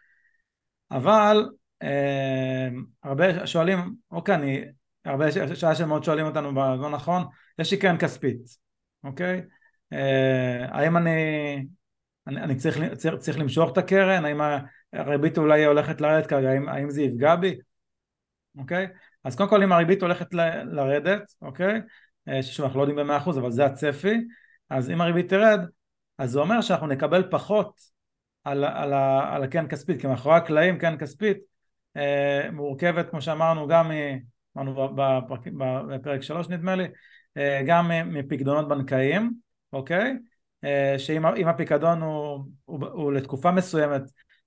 אבל אה, הרבה שואלים, אוקיי, אני, הרבה שעה שמאוד שואלים אותנו בזמן נכון, יש לי קרן כספית, אוקיי? אה, האם אני, אני, אני צריך, צריך, צריך למשוך את הקרן? האם הריבית אולי הולכת לרדת כרגע? האם, האם זה יפגע בי? אוקיי? אז קודם כל אם הריבית הולכת ל, לרדת, אוקיי? אה, ששוב אנחנו לא יודעים ב-מאה אחוז אבל זה הצפי, אז אם הריבית תרד, אז זה אומר שאנחנו נקבל פחות על, על, על הקרן כספית, כי מאחורי הקלעים קרן כספית אה, מורכבת כמו שאמרנו גם אמרנו בפרק, בפרק שלוש נדמה לי, אה, גם מפקדונות בנקאיים, אוקיי? אה, שאם הפיקדון הוא, הוא, הוא לתקופה מסוימת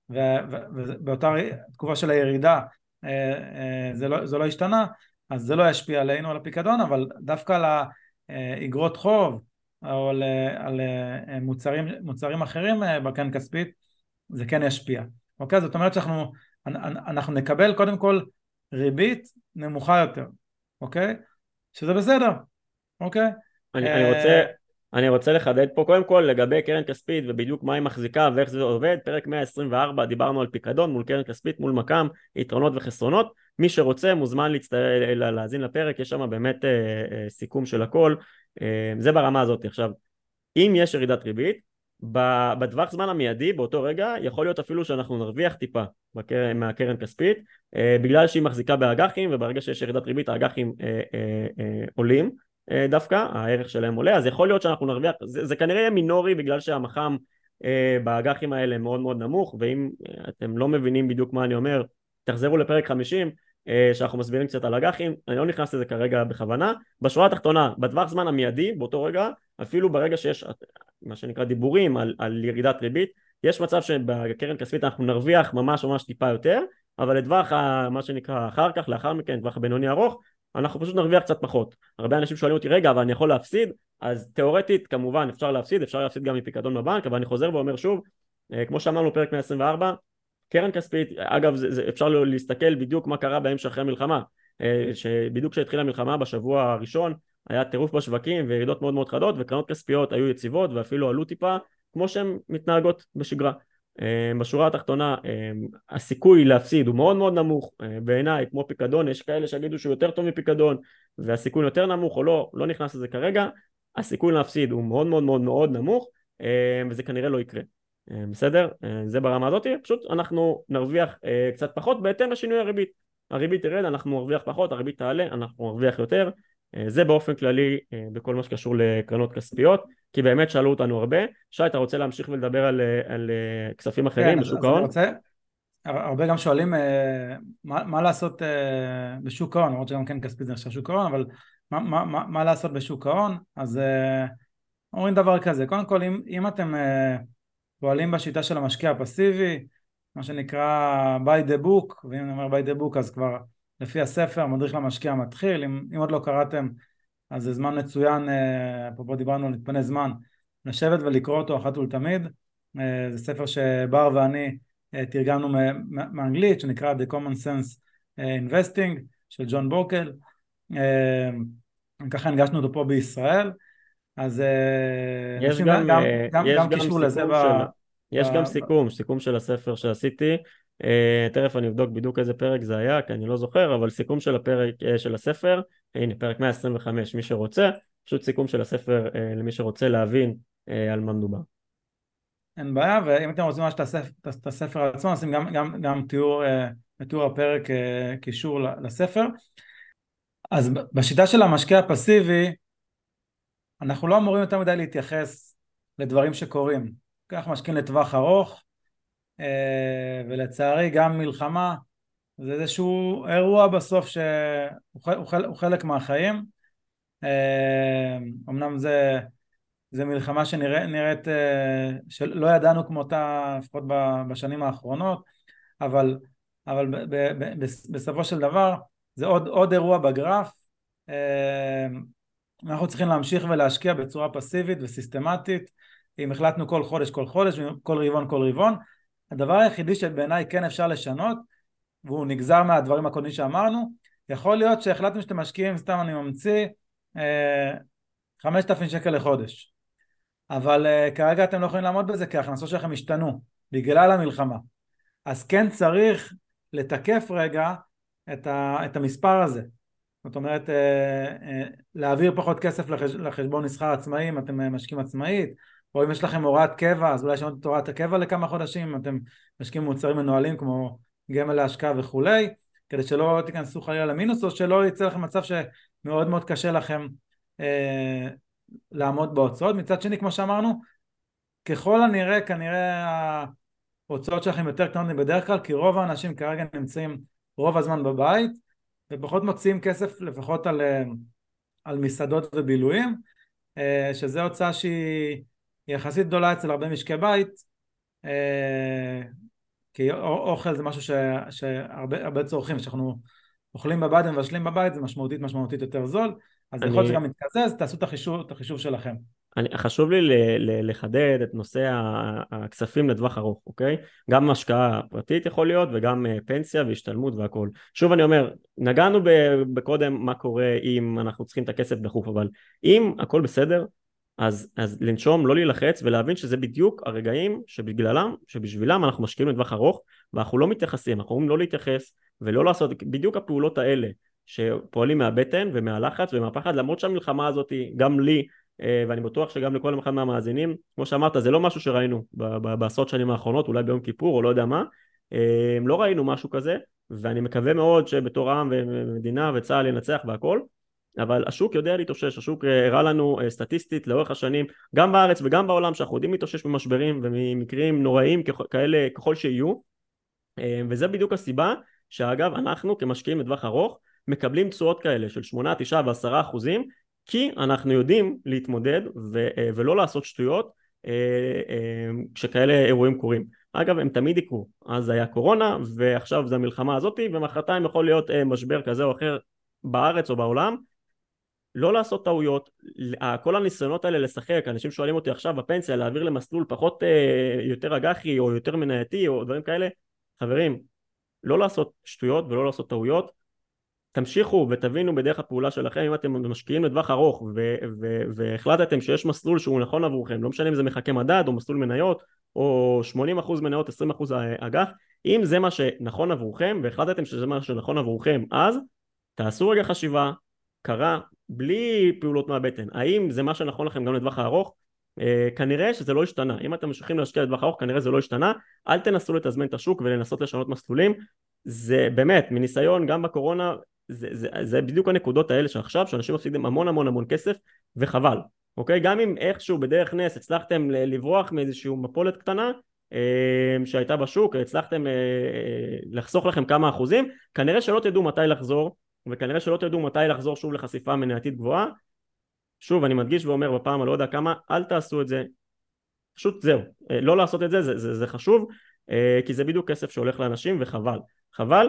ובאותה תקופה של הירידה אה, אה, זה, לא, זה לא השתנה, אז זה לא ישפיע עלינו על הפיקדון, אבל דווקא על האגרות חוב או על, על מוצרים, מוצרים אחרים בקרן כספית זה כן ישפיע. אוקיי? זאת אומרת שאנחנו אנחנו נקבל קודם כל ריבית נמוכה יותר, אוקיי? שזה בסדר, אוקיי? אני, אני רוצה אה, אני רוצה לחדד פה קודם כל לגבי קרן כספית ובדיוק מה היא מחזיקה ואיך זה עובד. פרק מאה עשרים וארבע דיברנו על פיקדון מול קרן כספית מול מקם, יתרונות וחסרונות. מי שרוצה מוזמן להצטרף, להאזין לפרק, יש שם באמת אה, אה, סיכום של הכל. אה, זה ברמה הזאת. עכשיו, אם יש ירידת ריבית בטווח זמן המיידי באותו רגע יכול להיות אפילו שאנחנו נרוויח טיפה בקרן, מהקרן כספית אה, בגלל שהיא מחזיקה באג"חים, וברגע שיש ירידת ריבית האג"חים אה, אה, אה, עולים אה, דווקא, הערך שלהם עולה, אז יכול להיות שאנחנו נרוויח, זה, זה כנראה יהיה מינורי בגלל שהמח"מ אה, באג"חים האלה מאוד מאוד נמוך, ואם אה, אתם לא מבינים בדיוק מה אני אומר תחזרו לפרק חמישים אה, שאנחנו מסבירים קצת על אג"חים, אני לא נכנס לזה כרגע בכוונה. בשורה התחתונה בטווח זמן המיידי באותו רגע אפילו ברגע שיש מה שנקרא דיבורים על, על ירידת ריבית, יש מצב שבקרן כספית אנחנו נרוויח ממש ממש טיפה יותר, אבל לטווח מה שנקרא אחר כך, לאחר מכן, טווח הבינוני ארוך, אנחנו פשוט נרוויח קצת פחות. הרבה אנשים שואלים אותי, רגע, אבל אני יכול להפסיד? אז תיאורטית, כמובן, אפשר להפסיד, אפשר להפסיד גם מפיקדון בבנק, אבל אני חוזר ואומר שוב, כמו שאמרנו פרק מאה עשרים וארבע, קרן כספית, אגב, זה, זה, אפשר להסתכל בדיוק מה קרה בהם שאחרי המלחמה, שבדיוק כשהתחילה המלחמה בשבוע הראשון, היה טירוף בשווקים וירידות מאוד מאוד חדות, וקרנות כספיות היו יציבות ואפילו עלו טיפה כמו שהן מתנהגות בשגרה. בשורה התחתונה הסיכוי להפסיד הוא מאוד מאוד נמוך בעיניי, כמו פיקדון, יש כאלה שיגידו שהוא יותר טוב מפיקדון והסיכוי יותר נמוך או לא, לא נכנס לזה כרגע, הסיכוי להפסיד הוא מאוד מאוד מאוד מאוד נמוך וזה כנראה לא יקרה. בסדר? זה ברמה הזאת, פשוט אנחנו נרוויח קצת פחות בהתאם לשינוי הריבית. הריבית תרד, אנחנו נרוויח פחות, הריבית תעלה, אנחנו נרוויח יותר. זה באופן כללי בכל מה שקשור לקרנות כספיות, כי באמת שאלו אותנו הרבה. שי, אתה רוצה להמשיך ולדבר על, על כספים אחרים כן, אז, בשוק אז אני ההון? רוצה, הרבה גם שואלים אה, מה, מה לעשות אה, בשוק ההון, למרות שגם כן כספית זה נחשב שוק ההון, אבל מה, מה, מה, מה לעשות בשוק ההון? אז אה, אומרים דבר כזה, קודם כל אם, אם אתם אה, פועלים בשיטה של המשקיע הפסיבי, מה שנקרא by the book, ואם אני אומר by the book אז כבר לפי הספר, מדריך למשקיע המתחיל, אם, אם עוד לא קראתם אז זה זמן מצוין, פה דיברנו על מתפנה זמן, לשבת ולקרוא אותו אחת ולתמיד. זה ספר שבר ואני תרגמנו מאנגלית, שנקרא The Common Sense Investing של ג'ון בוקל, ככה הנגשנו אותו פה בישראל, אז יש נשים גם, גם, גם, יש גם גם קישור לזה סיכום ב... של, ב, יש גם ב סיכום, סיכום של הספר שעשיתי, תכף אני אבדוק בדיוק איזה פרק זה היה, כי אני לא זוכר, אבל סיכום של הפרק, של הספר, הנה פרק מאה עשרים וחמש, מי שרוצה, פשוט סיכום של הספר למי שרוצה להבין על מה מדובר. אין בעיה, ואם אתם רוצים ממש את הספר עצמו, נשים גם, גם, גם תיאור, תיאור הפרק קישור לספר. אז בשיטה של המשקיע הפסיבי, אנחנו לא אמורים יותר מדי להתייחס לדברים שקורים. כך משקיעים לטווח ארוך, ולצערי גם מלחמה, זה איזשהו אירוע בסוף שהוא חלק מהחיים. אמנם זה, זה מלחמה שנראית, שלא ידענו כמותה לפחות בשנים האחרונות, אבל, אבל ב, ב, ב, בסופו של דבר זה עוד, עוד אירוע בגרף. אנחנו צריכים להמשיך ולהשקיע בצורה פסיבית וסיסטמטית. אם החלטנו כל חודש כל חודש, כל רבעון כל רבעון, הדבר היחידי שבעיניי כן אפשר לשנות, והוא נגזר מהדברים הקודמים שאמרנו, יכול להיות שהחלטנו שאתם משקיעים, סתם אני ממציא, חמשת אלפים שקל לחודש, אבל uh, כרגע אתם לא יכולים לעמוד בזה כי ההכנסות שלכם השתנו בגלל המלחמה, אז כן צריך לתקף רגע את, ה, את המספר הזה. זאת אומרת, uh, uh, להעביר פחות כסף לחש, לחשבון נסחר עצמאיים, אתם uh, משקיעים עצמאית, או אם יש לכם הוראת קבע, אז אולי לשנות את הוראת הקבע לכמה חודשים, אתם משקיעים מוצרים מנוהלים כמו גמל להשקעה וכולי, כדי שלא תיכנסו חלילה למינוס, או שלא יצא לכם מצב שמאוד מאוד קשה לכם uh, לעמוד בהוצאות. מצד שני, כמו שאמרנו, ככל הנראה, כנראה ההוצאות שלכם יותר קטנות בדרך כלל, כי רוב האנשים כרגע נמצאים רוב הזמן בבית, ופחות מוציאים כסף לפחות על, על מסעדות ובילויים, שזה הוצאה שהיא יחסית גדולה אצל הרבה משקי בית, כי אוכל זה משהו ש, שהרבה הרבה צורכים, שאנחנו אוכלים בבית ומבשלים בבית, זה משמעותית משמעותית יותר זול, אז יכול להיות שגם מתקזז, תעשו את החישוב, את החישוב שלכם. אני, חשוב לי ל, ל, לחדד את נושא הכספים לטווח ארוך, אוקיי? גם השקעה פרטית יכול להיות, וגם פנסיה והשתלמות והכל. שוב אני אומר, נגענו בקודם מה קורה אם אנחנו צריכים את הכסף דחוף, אבל אם הכל בסדר, אז, אז לנשום, לא להילחץ, ולהבין שזה בדיוק הרגעים שבגללם, שבשבילם אנחנו משקיעים לטווח ארוך, ואנחנו לא מתייחסים, אנחנו אומרים לא להתייחס, ולא לעשות בדיוק הפעולות האלה, שפועלים מהבטן ומהלחץ ומהפחד, למרות שהמלחמה הזאת גם לי, ואני בטוח שגם לכל אחד מהמאזינים, כמו שאמרת, זה לא משהו שראינו בעשרות שנים האחרונות, אולי ביום כיפור או לא יודע מה, לא ראינו משהו כזה, ואני מקווה מאוד שבתור עם ומדינה וצה"ל ינצח והכל, אבל השוק יודע להתאושש, השוק הראה לנו סטטיסטית לאורך השנים, גם בארץ וגם בעולם, שאנחנו יודעים להתאושש במשברים וממקרים נוראים כאלה ככל שיהיו, וזה בדיוק הסיבה שאגב אנחנו כמשקיעים לטווח ארוך, מקבלים תשואות כאלה של שמונה, תשע ועשרה אחוזים, כי אנחנו יודעים להתמודד ו- ולא לעשות שטויות כשכאלה אירועים קורים. אגב, הם תמיד יקרו. אז היה קורונה, ועכשיו זה המלחמה הזאת, ומחרתיים יכול להיות משבר כזה או אחר בארץ או בעולם. לא לעשות טעויות, כל הניסיונות האלה לשחק, אנשים שואלים אותי עכשיו בפנסיה, להעביר למסלול פחות יותר אג"חי או יותר מנייתי או דברים כאלה. חברים, לא לעשות שטויות ולא לעשות טעויות, תמשיכו ותבינו בדרך הפעולה שלכם, אם אתם משקיעים לטווח ארוך ו- ו- והחלטתם שיש מסלול שהוא נכון עבורכם, לא משנה אם זה מחכה מדד או מסלול מניות או שמונים אחוז מניות, עשרים אחוז אג"ח, אם זה מה שנכון עבורכם והחלטתם שזה מה שנכון עבורכם, אז תעשו רגע חשיבה קרה בלי פעולות מהבטן, האם זה מה שנכון לכם גם לטווח הארוך? אה, כנראה שזה לא השתנה. אם אתם ממשיכים להשקיע לטווח ארוך, כנראה זה לא השתנה. אל תנסו לתזמן את השוק ולנסות לשנות מסלולים, זה באמת מניסיון גם בקורונה, זה, זה, זה בדיוק הנקודות האלה שעכשיו שאנשים מפסידים המון המון המון כסף וחבל, אוקיי? גם אם איכשהו בדרך נס הצלחתם לברוח מאיזשהו מפולת קטנה אה, שהייתה בשוק, הצלחתם אה, לחסוך לכם כמה אחוזים, כנראה שלא תדעו מתי לחזור, וכנראה שלא תדעו מתי לחזור שוב לחשיפה מנייתית גבוהה. שוב אני מדגיש ואומר בפעם אני לא יודע כמה, אל תעשו את זה, פשוט זהו, לא לעשות את זה, זה, זה, זה חשוב, כי זה בדיוק כסף שהולך לאנשים וחבל, חבל.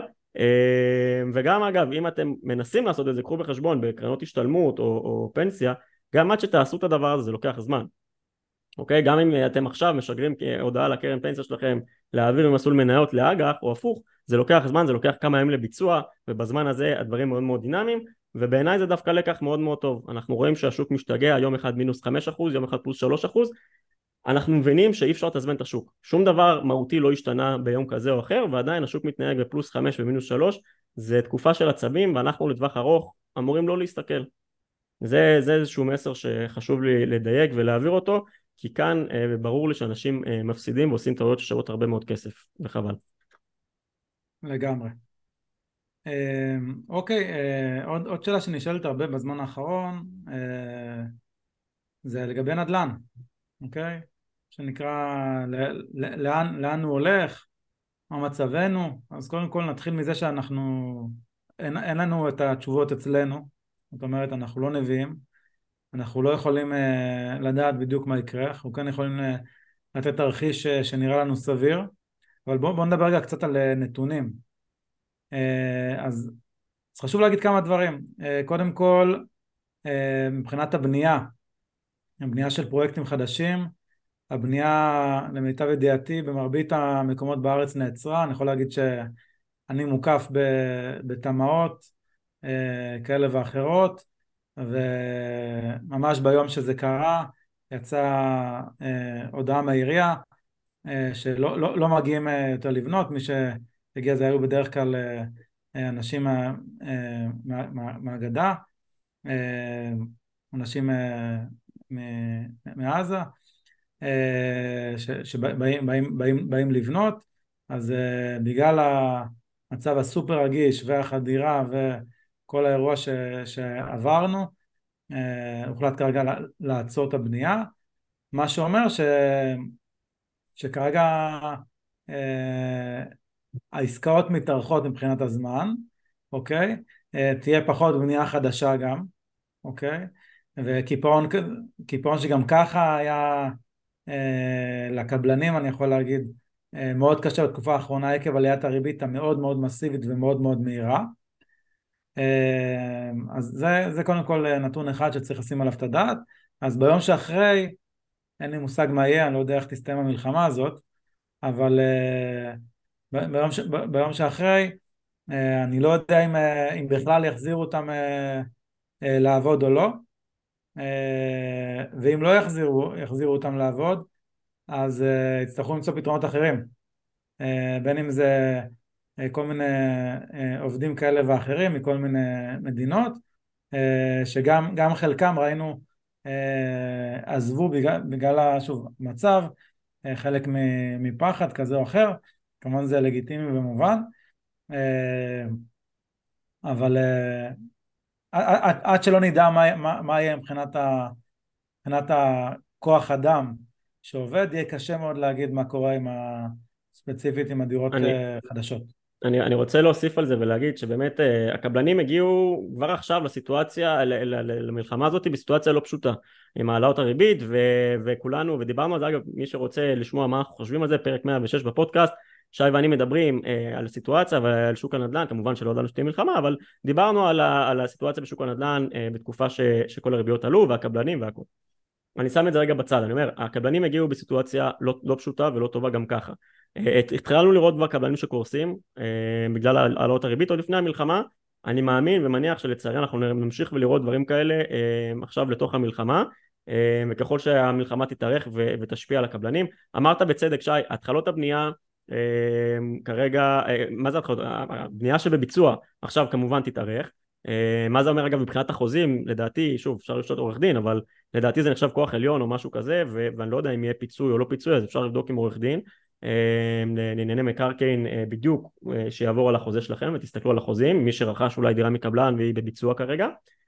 וגם אגב, אם אתם מנסים לעשות את זה, קחו בחשבון בקרנות השתלמות או, או פנסיה, גם עד שתעשו את הדבר הזה, זה לוקח זמן. אוקיי? גם אם אתם עכשיו משגרים הודעה לקרן פנסיה שלכם להעביר ממסלול מניות לאג"ח או הפוך, זה לוקח זמן, זה לוקח כמה ימים לביצוע, ובזמן הזה הדברים מאוד מאוד דינמיים, ובעיניי זה דווקא לקח מאוד מאוד טוב. אנחנו רואים שהשוק משתגע, יום אחד מינוס חמש אחוז, יום אחד פלוס שלוש אחוז, אנחנו מבינים שאי אפשר לתזמן את השוק. שום דבר מהותי לא השתנה ביום כזה או אחר, ועדיין השוק מתנהג בפלוס חמש ומינוס שלוש, זה תקופה של עצבים, ואנחנו לטווח ארוך אמורים לא להסתכל. זה, זה איזשהו מסר שחשוב לי לדייק ולהעביר אותו, כי כאן אה, ברור לי שאנשים אה, מפסידים ועושים טעויות ששוות הרבה מאוד כסף, וחבל. לגמרי. אה, אוקיי, אה, עוד, עוד שאלה שנשאלת הרבה בזמן האחרון, אה, זה לגבי נדל"ן, אוקיי? שנקרא לאן, לאן הוא הולך, מה מצבנו. אז קודם כל נתחיל מזה שאנחנו, אין, אין לנו את התשובות אצלנו, זאת אומרת אנחנו לא נביאים, אנחנו לא יכולים לדעת בדיוק מה יקרה, אנחנו כן יכולים לתת תרחיש שנראה לנו סביר, אבל בואו בוא נדבר רגע קצת על נתונים. אז, אז חשוב להגיד כמה דברים. קודם כל, מבחינת הבנייה, הבנייה של פרויקטים חדשים, הבנייה למיטב ידיעתי במרבית המקומות בארץ נעצרה. אני יכול להגיד שאני מוקף בתמ"אות כאלה ואחרות, וממש ביום שזה קרה יצאה הודעה מהעירייה שלא לא, לא מגיעים יותר לבנות. מי שהגיע זה היו בדרך כלל אנשים מה, מה, מהגדה, אנשים מעזה שבאים באים, באים, באים לבנות. אז בגלל המצב הסופר רגיש והחדירה וכל האירוע ש, שעברנו, הוחלט כרגע לעצור את הבנייה, מה שאומר ש, שכרגע העסקאות מתארכות מבחינת הזמן, אוקיי? תהיה פחות בנייה חדשה גם, אוקיי? וקיפאון, קיפאון שגם ככה היה לקבלנים, אני יכול להגיד, מאוד קשה בתקופה האחרונה עקב עליית הריבית המאוד מאוד מסיבית ומאוד מאוד מהירה. אז זה, זה קודם כל נתון אחד שצריך לשים עליו את הדעת. אז ביום שאחרי, אין לי מושג מה יהיה, אני לא יודע איך תסתיים המלחמה הזאת, אבל ביום, ש, ביום שאחרי, אני לא יודע אם, אם בכלל יחזירו אותם לעבוד או לא, ואם לא יחזירו, יחזירו אותם לעבוד, אז יצטרכו למצוא פתרונות אחרים, בין אם זה כל מיני עובדים כאלה ואחרים מכל מיני מדינות, שגם גם חלקם ראינו עזבו בגלל, בגלל שוב מצב, חלק מפחד כזה או אחר, כמובן זה לגיטימי במובן, אבל עד, עד שלא נדע מה, מה, מה יהיה מבחינת, ה, מבחינת הכוח אדם שעובד, יהיה קשה מאוד להגיד מה קורה עם ה, ספציפית עם הדירות אני, חדשות. אני, אני רוצה להוסיף על זה ולהגיד שבאמת הקבלנים הגיעו כבר עכשיו לסיטואציה, למלחמה הזאת בסיטואציה לא פשוטה, עם העלאות הריבית ו, וכולנו, ודיברנו על זה, אגב, מי שרוצה לשמוע מה אנחנו חושבים על זה, פרק מאה ושש בפודקאסט, שי ואני מדברים אה, על הסיטואציה ועל שוק הנדל"ן, כמובן שלא ידענו שתהיה מלחמה, אבל דיברנו על, ה, על הסיטואציה בשוק הנדל"ן אה, בתקופה ש, שכל הריביות עלו והקבלנים והכל. אני שם את זה רגע בצד, אני אומר, הקבלנים הגיעו בסיטואציה לא, לא פשוטה ולא טובה גם ככה. אה, התחלנו לראות כבר קבלנים שקורסים אה, בגלל העלאות הריבית עוד לפני המלחמה, אני מאמין ומניח שלצערי אנחנו נמשיך ולראות דברים כאלה אה, עכשיו לתוך המלחמה, אה, וככל שהמלחמה תתארך ו, ותשפיע על הקבלנים. אמרת בצדק שי, התחלות הבנייה כרגע, מה זה התחלות? הבנייה שבביצוע עכשיו כמובן תתארך. מה זה אומר אגב מבחינת החוזים? לדעתי, שוב, אפשר לשתות עורך דין, אבל לדעתי זה נחשב כוח עליון או משהו כזה, ואני לא יודע אם יהיה פיצוי או לא פיצוי, אז אפשר לבדוק עם עורך דין לענייני מקרקעין בדיוק שיעבור על החוזה שלכם ותסתכלו על החוזים, מי שרכש אולי דירה מקבלן והיא בביצוע כרגע.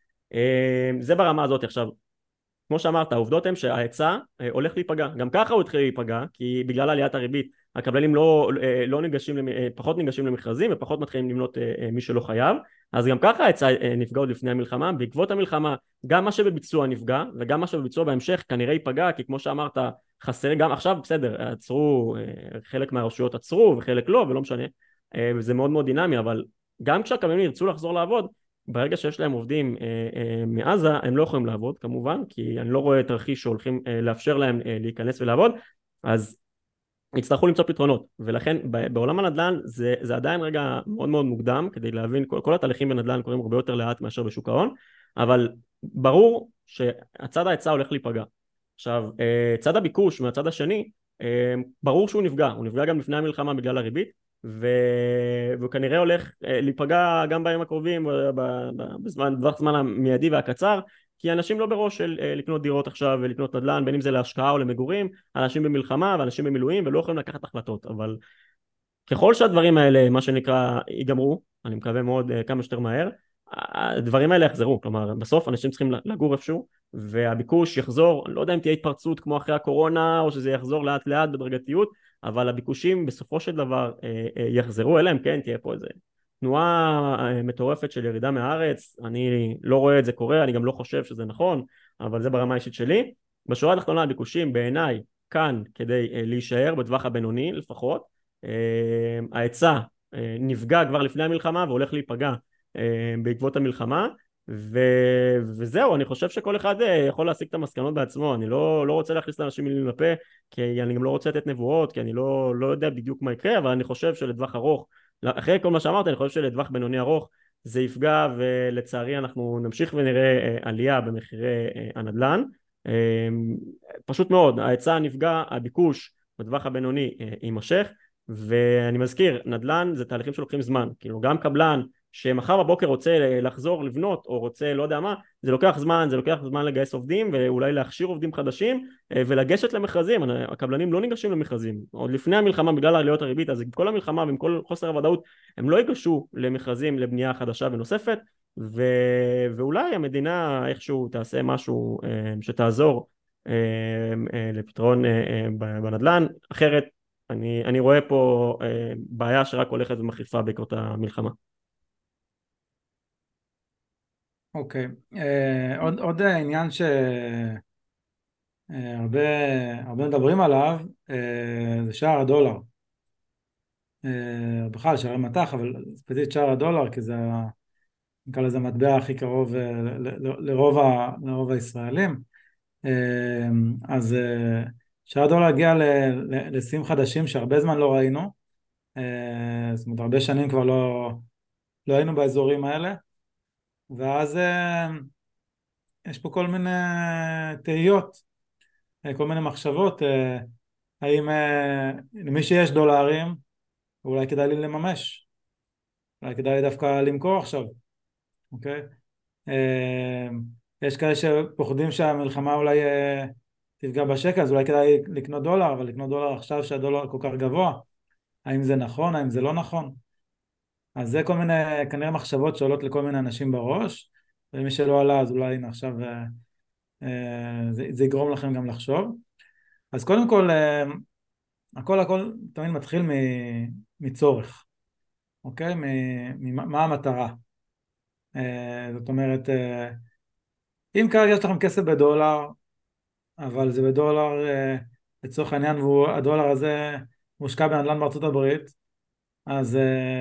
זה ברמה הזאת. עכשיו, כמו שאמרת, העובדות הן שההיצע הולך להיפגע, גם ככה הוא התחיל להיפגע, כי בגלל עליית הריבית הקבלנים לא, לא ניגשים, פחות ניגשים למכרזים ופחות מתחילים למנות מי שלא חייב, אז גם ככה ההיצע נפגע עוד לפני המלחמה. בעקבות המלחמה גם מה שבביצוע נפגע וגם מה שבביצוע בהמשך כנראה ייפגע, כי כמו שאמרת חסר, גם עכשיו בסדר, עצרו, חלק מהרשויות עצרו וחלק לא ולא משנה, וזה מאוד מאוד דינמי, אבל גם כשהקבלנים ירצו לחזור לעבוד, ברגע שיש להם עובדים אה, אה, מעזה, הם לא יכולים לעבוד כמובן, כי אני לא רואה תרחיש שהולכים אה, לאפשר להם אה, להיכנס ולעבוד, אז יצטרכו למצוא פתרונות. ולכן בעולם הנדל"ן זה, זה עדיין רגע מאוד מאוד מוקדם כדי להבין, כל, כל התהליכים בנדל"ן קורים הרבה יותר לאט מאשר בשוק ההון, אבל ברור שהצד ההיצע הולך להיפגע. עכשיו, אה, צד הביקוש מהצד השני, אה, ברור שהוא נפגע, הוא נפגע גם לפני המלחמה בגלל הריבית, ו... וכנראה הולך להיפגע גם בימים הקרובים בזמן, בטווח זמן המיידי והקצר, כי אנשים לא בראש של לקנות דירות עכשיו ולקנות נדל"ן, בין אם זה להשקעה או למגורים, אנשים במלחמה ואנשים במילואים ולא יכולים לקחת החלטות. אבל ככל שהדברים האלה, מה שנקרא, ייגמרו, אני מקווה מאוד כמה שיותר מהר, הדברים האלה יחזרו. כלומר, בסוף אנשים צריכים לגור איפשהו והביקוש יחזור. אני לא יודע אם תהיה התפרצות כמו אחרי הקורונה או שזה יחזור לאט לאט בדרגתיות, אבל הביקושים בסופו של דבר אה, אה, יחזרו אליהם, כן, תהיה פה איזה תנועה מטורפת של ירידה מהארץ, אני לא רואה את זה קורה, אני גם לא חושב שזה נכון, אבל זה ברמה האישית שלי. בשורה התחתונה הביקושים בעיניי כאן כדי להישאר בטווח הבינוני לפחות, ההיצע נפגע כבר לפני המלחמה והולך להיפגע בעקבות המלחמה, ו... וזהו, אני חושב שכל אחד יכול להסיק את המסקנות בעצמו, אני לא, לא רוצה להכניס לאנשים מילים לפה, כי אני גם לא רוצה לתת נבואות, כי אני לא, לא יודע בדיוק מה יקרה, אבל אני חושב שלטווח ארוך, אחרי כל מה שאמרת, אני חושב שלטווח בינוני ארוך זה יפגע, ולצערי אנחנו נמשיך ונראה עלייה במחירי הנדל"ן, פשוט מאוד, ההיצע נפגע, הביקוש בטווח הבינוני יימשך, ואני מזכיר, נדל"ן זה תהליכים שלוקחים זמן, כאילו גם קבלן שמחר בבוקר רוצה לחזור לבנות או רוצה לא יודע מה, זה לוקח זמן, זה לוקח זמן לגייס עובדים ואולי להכשיר עובדים חדשים ולגשת למכרזים. הקבלנים לא ניגשים למכרזים עוד לפני המלחמה בגלל עליות הריבית, אז כל המלחמה ועם כל חוסר הוודאות הם לא ייגשו למכרזים לבנייה חדשה ונוספת, ו... ואולי המדינה איכשהו תעשה משהו שתעזור לפתרון בנדל"ן, אחרת אני, אני רואה פה בעיה שרק הולכת ומחריפה בעקבות המלחמה. אוקיי, אה, עוד, עוד עניין שהרבה הרבה מדברים עליו, אה, זה שער הדולר. אה, בכלל שער המטח, אבל ספציפית שער הדולר, כי זה, נקרא לזה המטבע הכי קרוב אה, ל, ל, לרוב, ה, לרוב הישראלים. אה, אז אה, שער הדולר הגיע לשיאים חדשים שהרבה זמן לא ראינו. אה, זאת אומרת, הרבה שנים כבר לא, לא היינו באזורים האלה. ואז אה, יש פה כל מיני תהיות, כל מיני מחשבות, האם למי שיש דולרים אולי כדאי לי לממש, אולי כדאי לי דווקא למכור עכשיו, אוקיי? יש כאלה שפוחדים שהמלחמה אולי תפגע בשקל, אז אולי כדאי לקנות דולר, אבל לקנות דולר עכשיו שהדולר כל כך גבוה, האם זה נכון, האם זה לא נכון? אז זה כל מיני כנראה מחשבות שעולות לכל מיני אנשים בראש, ומי שלא עלה אז אולי הנה עכשיו זה, זה יגרום לכם גם לחשוב. אז קודם כל, הכל הכל תמיד מתחיל מצורך, אוקיי? מה המטרה? זאת אומרת, אם כרגע יש לכם כסף בדולר, אבל זה בדולר לצורך העניין, והדולר הזה מושקע בנדל"ן בארצות הברית, אז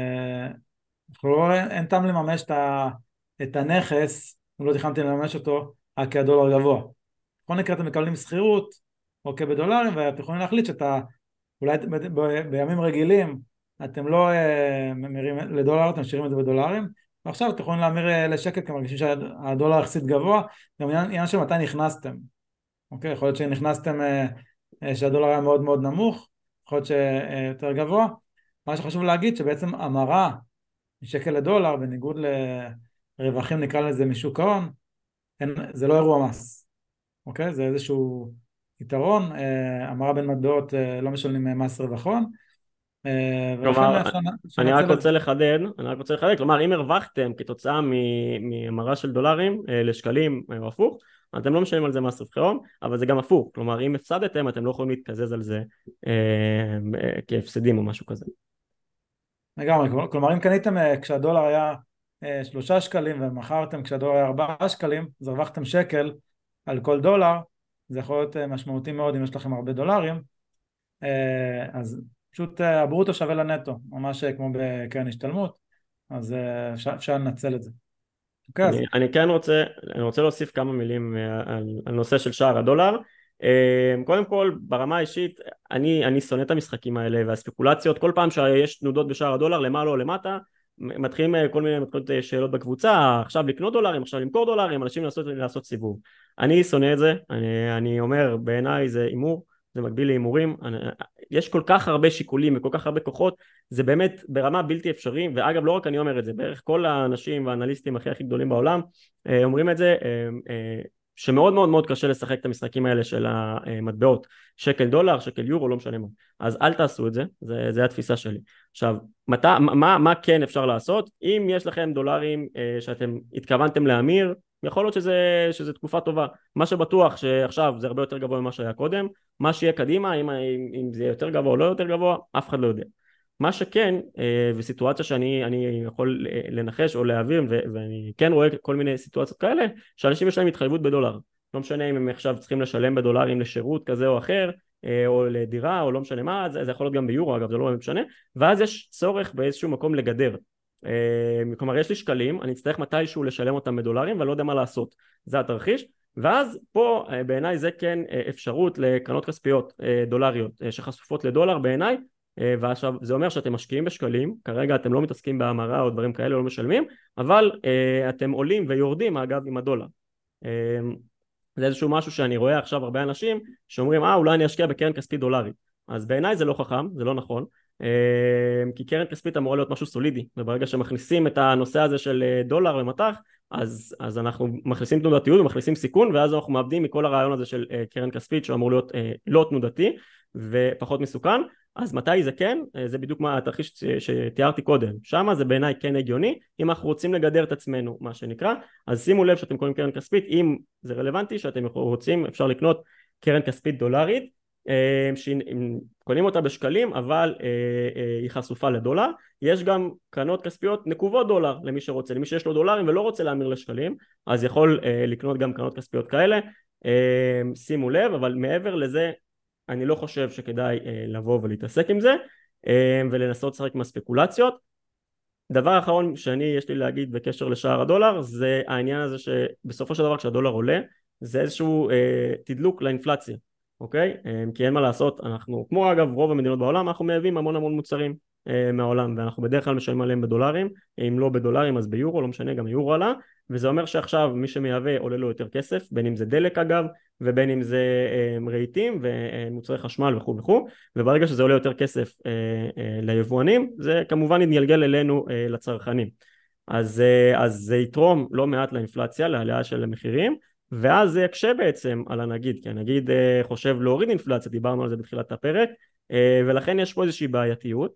לא, אין טעם לממש את הנכס, אם לא תכננתי לממש אותו, רק כי הדולר גבוה. בכל מקרה אתם מקבלים שכירות, אוקיי, בדולרים, ואתם יכולים להחליט שאתה, אולי ב- ב- בימים רגילים, אתם לא אה, ממירים לדולר, אתם משאירים את זה בדולרים, ועכשיו אתם יכולים להמיר אה, לשקל, כי מרגישים שהדולר יחסית גבוה, גם עניין, עניין של מתי נכנסתם, אוקיי, יכול להיות שנכנסתם אה, אה, שהדולר היה מאוד מאוד נמוך, יכול להיות שיותר גבוה. מה שחשוב להגיד שבעצם המרה משקל לדולר, בניגוד לרווחים נקרא לזה משוק ההון, זה לא אירוע מס, אוקיי? זה איזשהו יתרון, המרה בין מטבעות לא משלמים מס רווח הון, כלומר, אני רק רוצה לחדד, אני רק רוצה לחדד, כלומר אם הרווחתם כתוצאה מהמרה של דולרים לשקלים או הפוך, אתם לא משלמים על זה מס רווחי הון, אבל זה גם הפוך, כלומר אם הפסדתם אתם לא יכולים להתקזז על זה כהפסדים או משהו כזה. לגמרי, כלומר אם קניתם כשהדולר היה שלושה שקלים ומכרתם כשהדולר היה ארבעה שקלים, אז הרווחתם שקל על כל דולר, זה יכול להיות משמעותי מאוד אם יש לכם הרבה דולרים, אז פשוט הברוטו שווה לנטו, ממש כמו בקרן השתלמות, אז אפשר לנצל את זה. אני, אני כן רוצה, אני רוצה להוסיף כמה מילים על, על נושא של שער הדולר. קודם כל, ברמה האישית, אני, אני שונא את המשחקים האלה והספקולציות, כל פעם שיש תנודות בשער הדולר, למעלה או למטה, מתחילים כל מיני מתחילות שאלות בקבוצה, עכשיו לקנות דולרים, עכשיו למכור דולרים, אנשים לעשות, לעשות סיבוב. אני שונא את זה, אני, אני אומר, בעיניי זה אימור, זה מקביל לאימורים, יש כל כך הרבה שיקולים וכל כך הרבה כוחות, זה באמת ברמה בלתי אפשרי, ואגב לא רק אני אומר את זה, בערך כל האנשים והאנליסטים הכי הכי גדולים בעולם אומרים את זה, שמאוד מאוד מאוד קשה לשחק את המשחקים האלה של המטבעות, שקל דולר, שקל יורו, לא משנה מה, אז אל תעשו את זה, זה, זה התפיסה שלי. עכשיו, מה, מה, מה כן אפשר לעשות? אם יש לכם דולרים שאתם התכוונתם להמיר, יכול להיות שזה, שזה תקופה טובה, מה שבטוח שעכשיו זה הרבה יותר גבוה ממה שהיה קודם, מה שיהיה קדימה, אם, אם זה יותר גבוה או לא יותר גבוה, אף אחד לא יודע. מה שכן, וסיטואציה שאני אני יכול לנחש או להבין, ואני כן רואה כל מיני סיטואציות כאלה, שאנשים יש להם התחייבות בדולר. לא משנה אם הם עכשיו צריכים לשלם בדולרים לשירות כזה או אחר, או לדירה, או לא משנה מה, זה, זה יכול להיות גם ביורו, אגב, זה לא משנה, ואז יש צורך באיזשהו מקום לגדר. כלומר, יש לי שקלים, אני אצטרך מתישהו לשלם אותם בדולרים, ואני לא יודע מה לעשות. זה התרחיש. ואז פה בעיניי זה כן אפשרות לקרנות כספיות דולריות שחשופות לדולר בעיניי, ועכשיו זה אומר שאתם משקיעים בשקלים, כרגע אתם לא מתעסקים בהמרה או דברים כאלה, לא משלמים, אבל אתם עולים ויורדים אגב עם הדולר. זה איזשהו משהו שאני רואה עכשיו הרבה אנשים שאומרים אה אולי אני אשקיע בקרן כספית דולרית, אז בעיניי זה לא חכם, זה לא נכון, כי קרן כספית אמורה להיות משהו סולידי, וברגע שמכניסים את הנושא הזה של דולר ומטח, אז, אז אנחנו מכניסים תנודתיות ומכניסים סיכון, ואז אנחנו מאבדים מכל הרעיון הזה של קרן כספית שאמור להיות לא תנודתי ופחות מסוכן. אז מתי זה כן? זה בדיוק מה התרחיש שתיארתי קודם, שמה זה בעיניי כן הגיוני, אם אנחנו רוצים לגדר את עצמנו מה שנקרא, אז שימו לב שאתם קוראים קרן כספית, אם זה רלוונטי שאתם רוצים אפשר לקנות קרן כספית דולרית, שקונים אותה בשקלים אבל היא חשופה לדולר. יש גם קרנות כספיות נקובות דולר למי שרוצה, למי שיש לו דולרים ולא רוצה להמיר לשקלים, אז יכול לקנות גם קרנות כספיות כאלה, שימו לב. אבל מעבר לזה אני לא חושב שכדאי לבוא ולהתעסק עם זה ולנסות לשחק עם הספקולציות. דבר אחרון שאני יש לי להגיד בקשר לשער הדולר, זה העניין הזה שבסופו של דבר כשהדולר עולה זה איזשהו תדלוק לאינפלציה, אוקיי? כי אין מה לעשות, אנחנו כמו אגב רוב המדינות בעולם אנחנו מייבאים המון המון מוצרים מהעולם, ואנחנו בדרך כלל משלמים עליהם בדולרים, אם לא בדולרים אז ביורו, לא משנה, גם יורו עלה, וזה אומר שעכשיו מי שמייבא עולה לו יותר כסף, בין אם זה דלק אגב, ובין אם זה רהיטים ומוצרי חשמל וכו' וכו', וברגע שזה עולה יותר כסף ליבואנים, זה כמובן יתגלגל אלינו לצרכנים. אז, אז זה יתרום לא מעט לאינפלציה, לעלייה של המחירים, ואז זה יקשה בעצם על הנגיד, כי הנגיד חושב להוריד אינפלציה, דיברנו על זה בתחילת הפרק, ולכן יש פה איזושהי בעייתיות.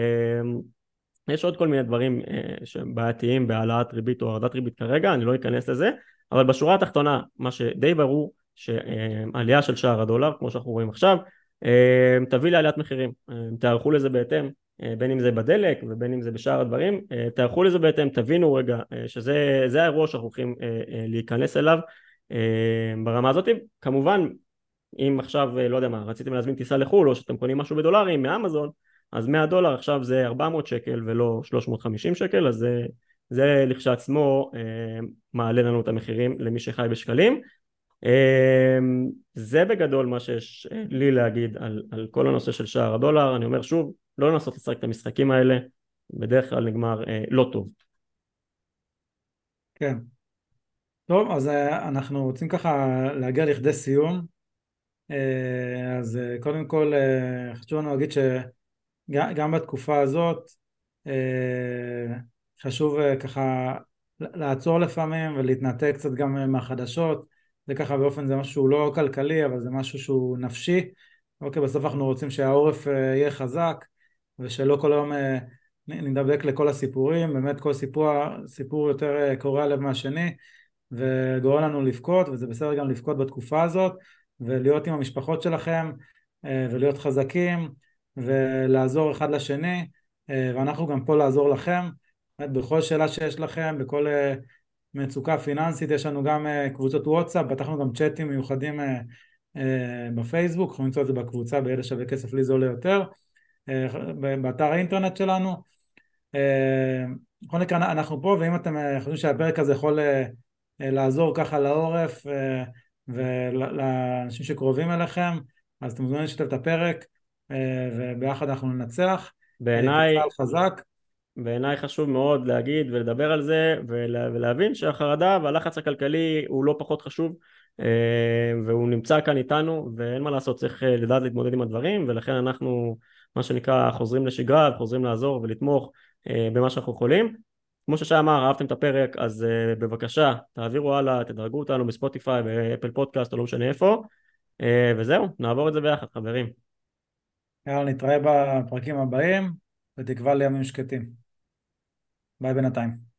יש עוד כל מיני דברים שהם בעייתיים בהעלאת ריבית או הורדת ריבית כרגע, אני לא אכנס לזה, אבל בשורה התחתונה מה שדי ברור שעלייה של שער הדולר כמו שאנחנו רואים עכשיו תביא לעליית מחירים, תערכו לזה בהתאם, בין אם זה בדלק ובין אם זה בשאר הדברים, תערכו לזה בהתאם, תבינו רגע שזה זה האירוע שאנחנו הולכים להיכנס אליו ברמה הזאת. כמובן אם עכשיו לא יודע מה רציתם להזמין טיסה לחו"ל או שאתם קונים משהו בדולרים מאמזון, אז מאה דולר עכשיו זה ארבע מאות שקל ולא שלוש מאות וחמישים שקל, אז זה, זה לכשעצמו מעלה לנו את המחירים למי שחי בשקלים. זה בגדול מה שיש לי להגיד על, על כל הנושא של שער הדולר. אני אומר שוב, לא לנסות לשחק את המשחקים האלה, בדרך כלל נגמר לא טוב. כן. טוב, אז אנחנו רוצים ככה להגיע לכדי סיום. אז קודם כל חשוב לנו להגיד שגם בתקופה הזאת חשוב ככה לעצור לפעמים ולהתנתק קצת גם מהחדשות. זה ככה באופן, זה משהו לא כלכלי אבל זה משהו שהוא נפשי. אוקיי, בסוף אנחנו רוצים שהעורף יהיה חזק ושלא כל היום נדבק לכל הסיפורים. באמת כל סיפור, סיפור יותר קורע לב מהשני וגורם לנו לבכות, וזה בסדר גם לבכות בתקופה הזאת ולהיות עם המשפחות שלכם ולהיות חזקים ולעזור אחד לשני, ואנחנו גם פה לעזור לכם בכל שאלה שיש לכם, בכל מצוקה פיננסית. יש לנו גם קבוצות וואטסאפ, פתחנו גם צ'אטים מיוחדים בפייסבוק, יכולים למצוא את זה בקבוצה בידע שווה כסף לי זה עולה יותר, באתר האינטרנט שלנו. בכל מקרה אנחנו פה, ואם אתם חושבים שהפרק הזה יכול לעזור ככה לעורף ולאנשים שקרובים אליכם, אז אתם מוזמנים לשתף את הפרק וביחד אנחנו ננצח. בעיניי חזק. בעיניי חשוב מאוד להגיד ולדבר על זה ולה, ולהבין שהחרדה והלחץ הכלכלי הוא לא פחות חשוב, והוא נמצא כאן איתנו ואין מה לעשות, צריך לדעת להתמודד עם הדברים, ולכן אנחנו מה שנקרא חוזרים לשגרה וחוזרים לעזור ולתמוך במה שאנחנו יכולים. כמו ששי אמר, אהבתם את הפרק אז בבקשה תעבירו הלאה, תדרגו אותנו בספוטיפיי, באפל פודקאסט או לא משנה איפה, וזהו, נעבור את זה ביחד חברים. יאללה, נתראה בפרקים הבאים ותקווה לימים שקטים. ביי בינתיים.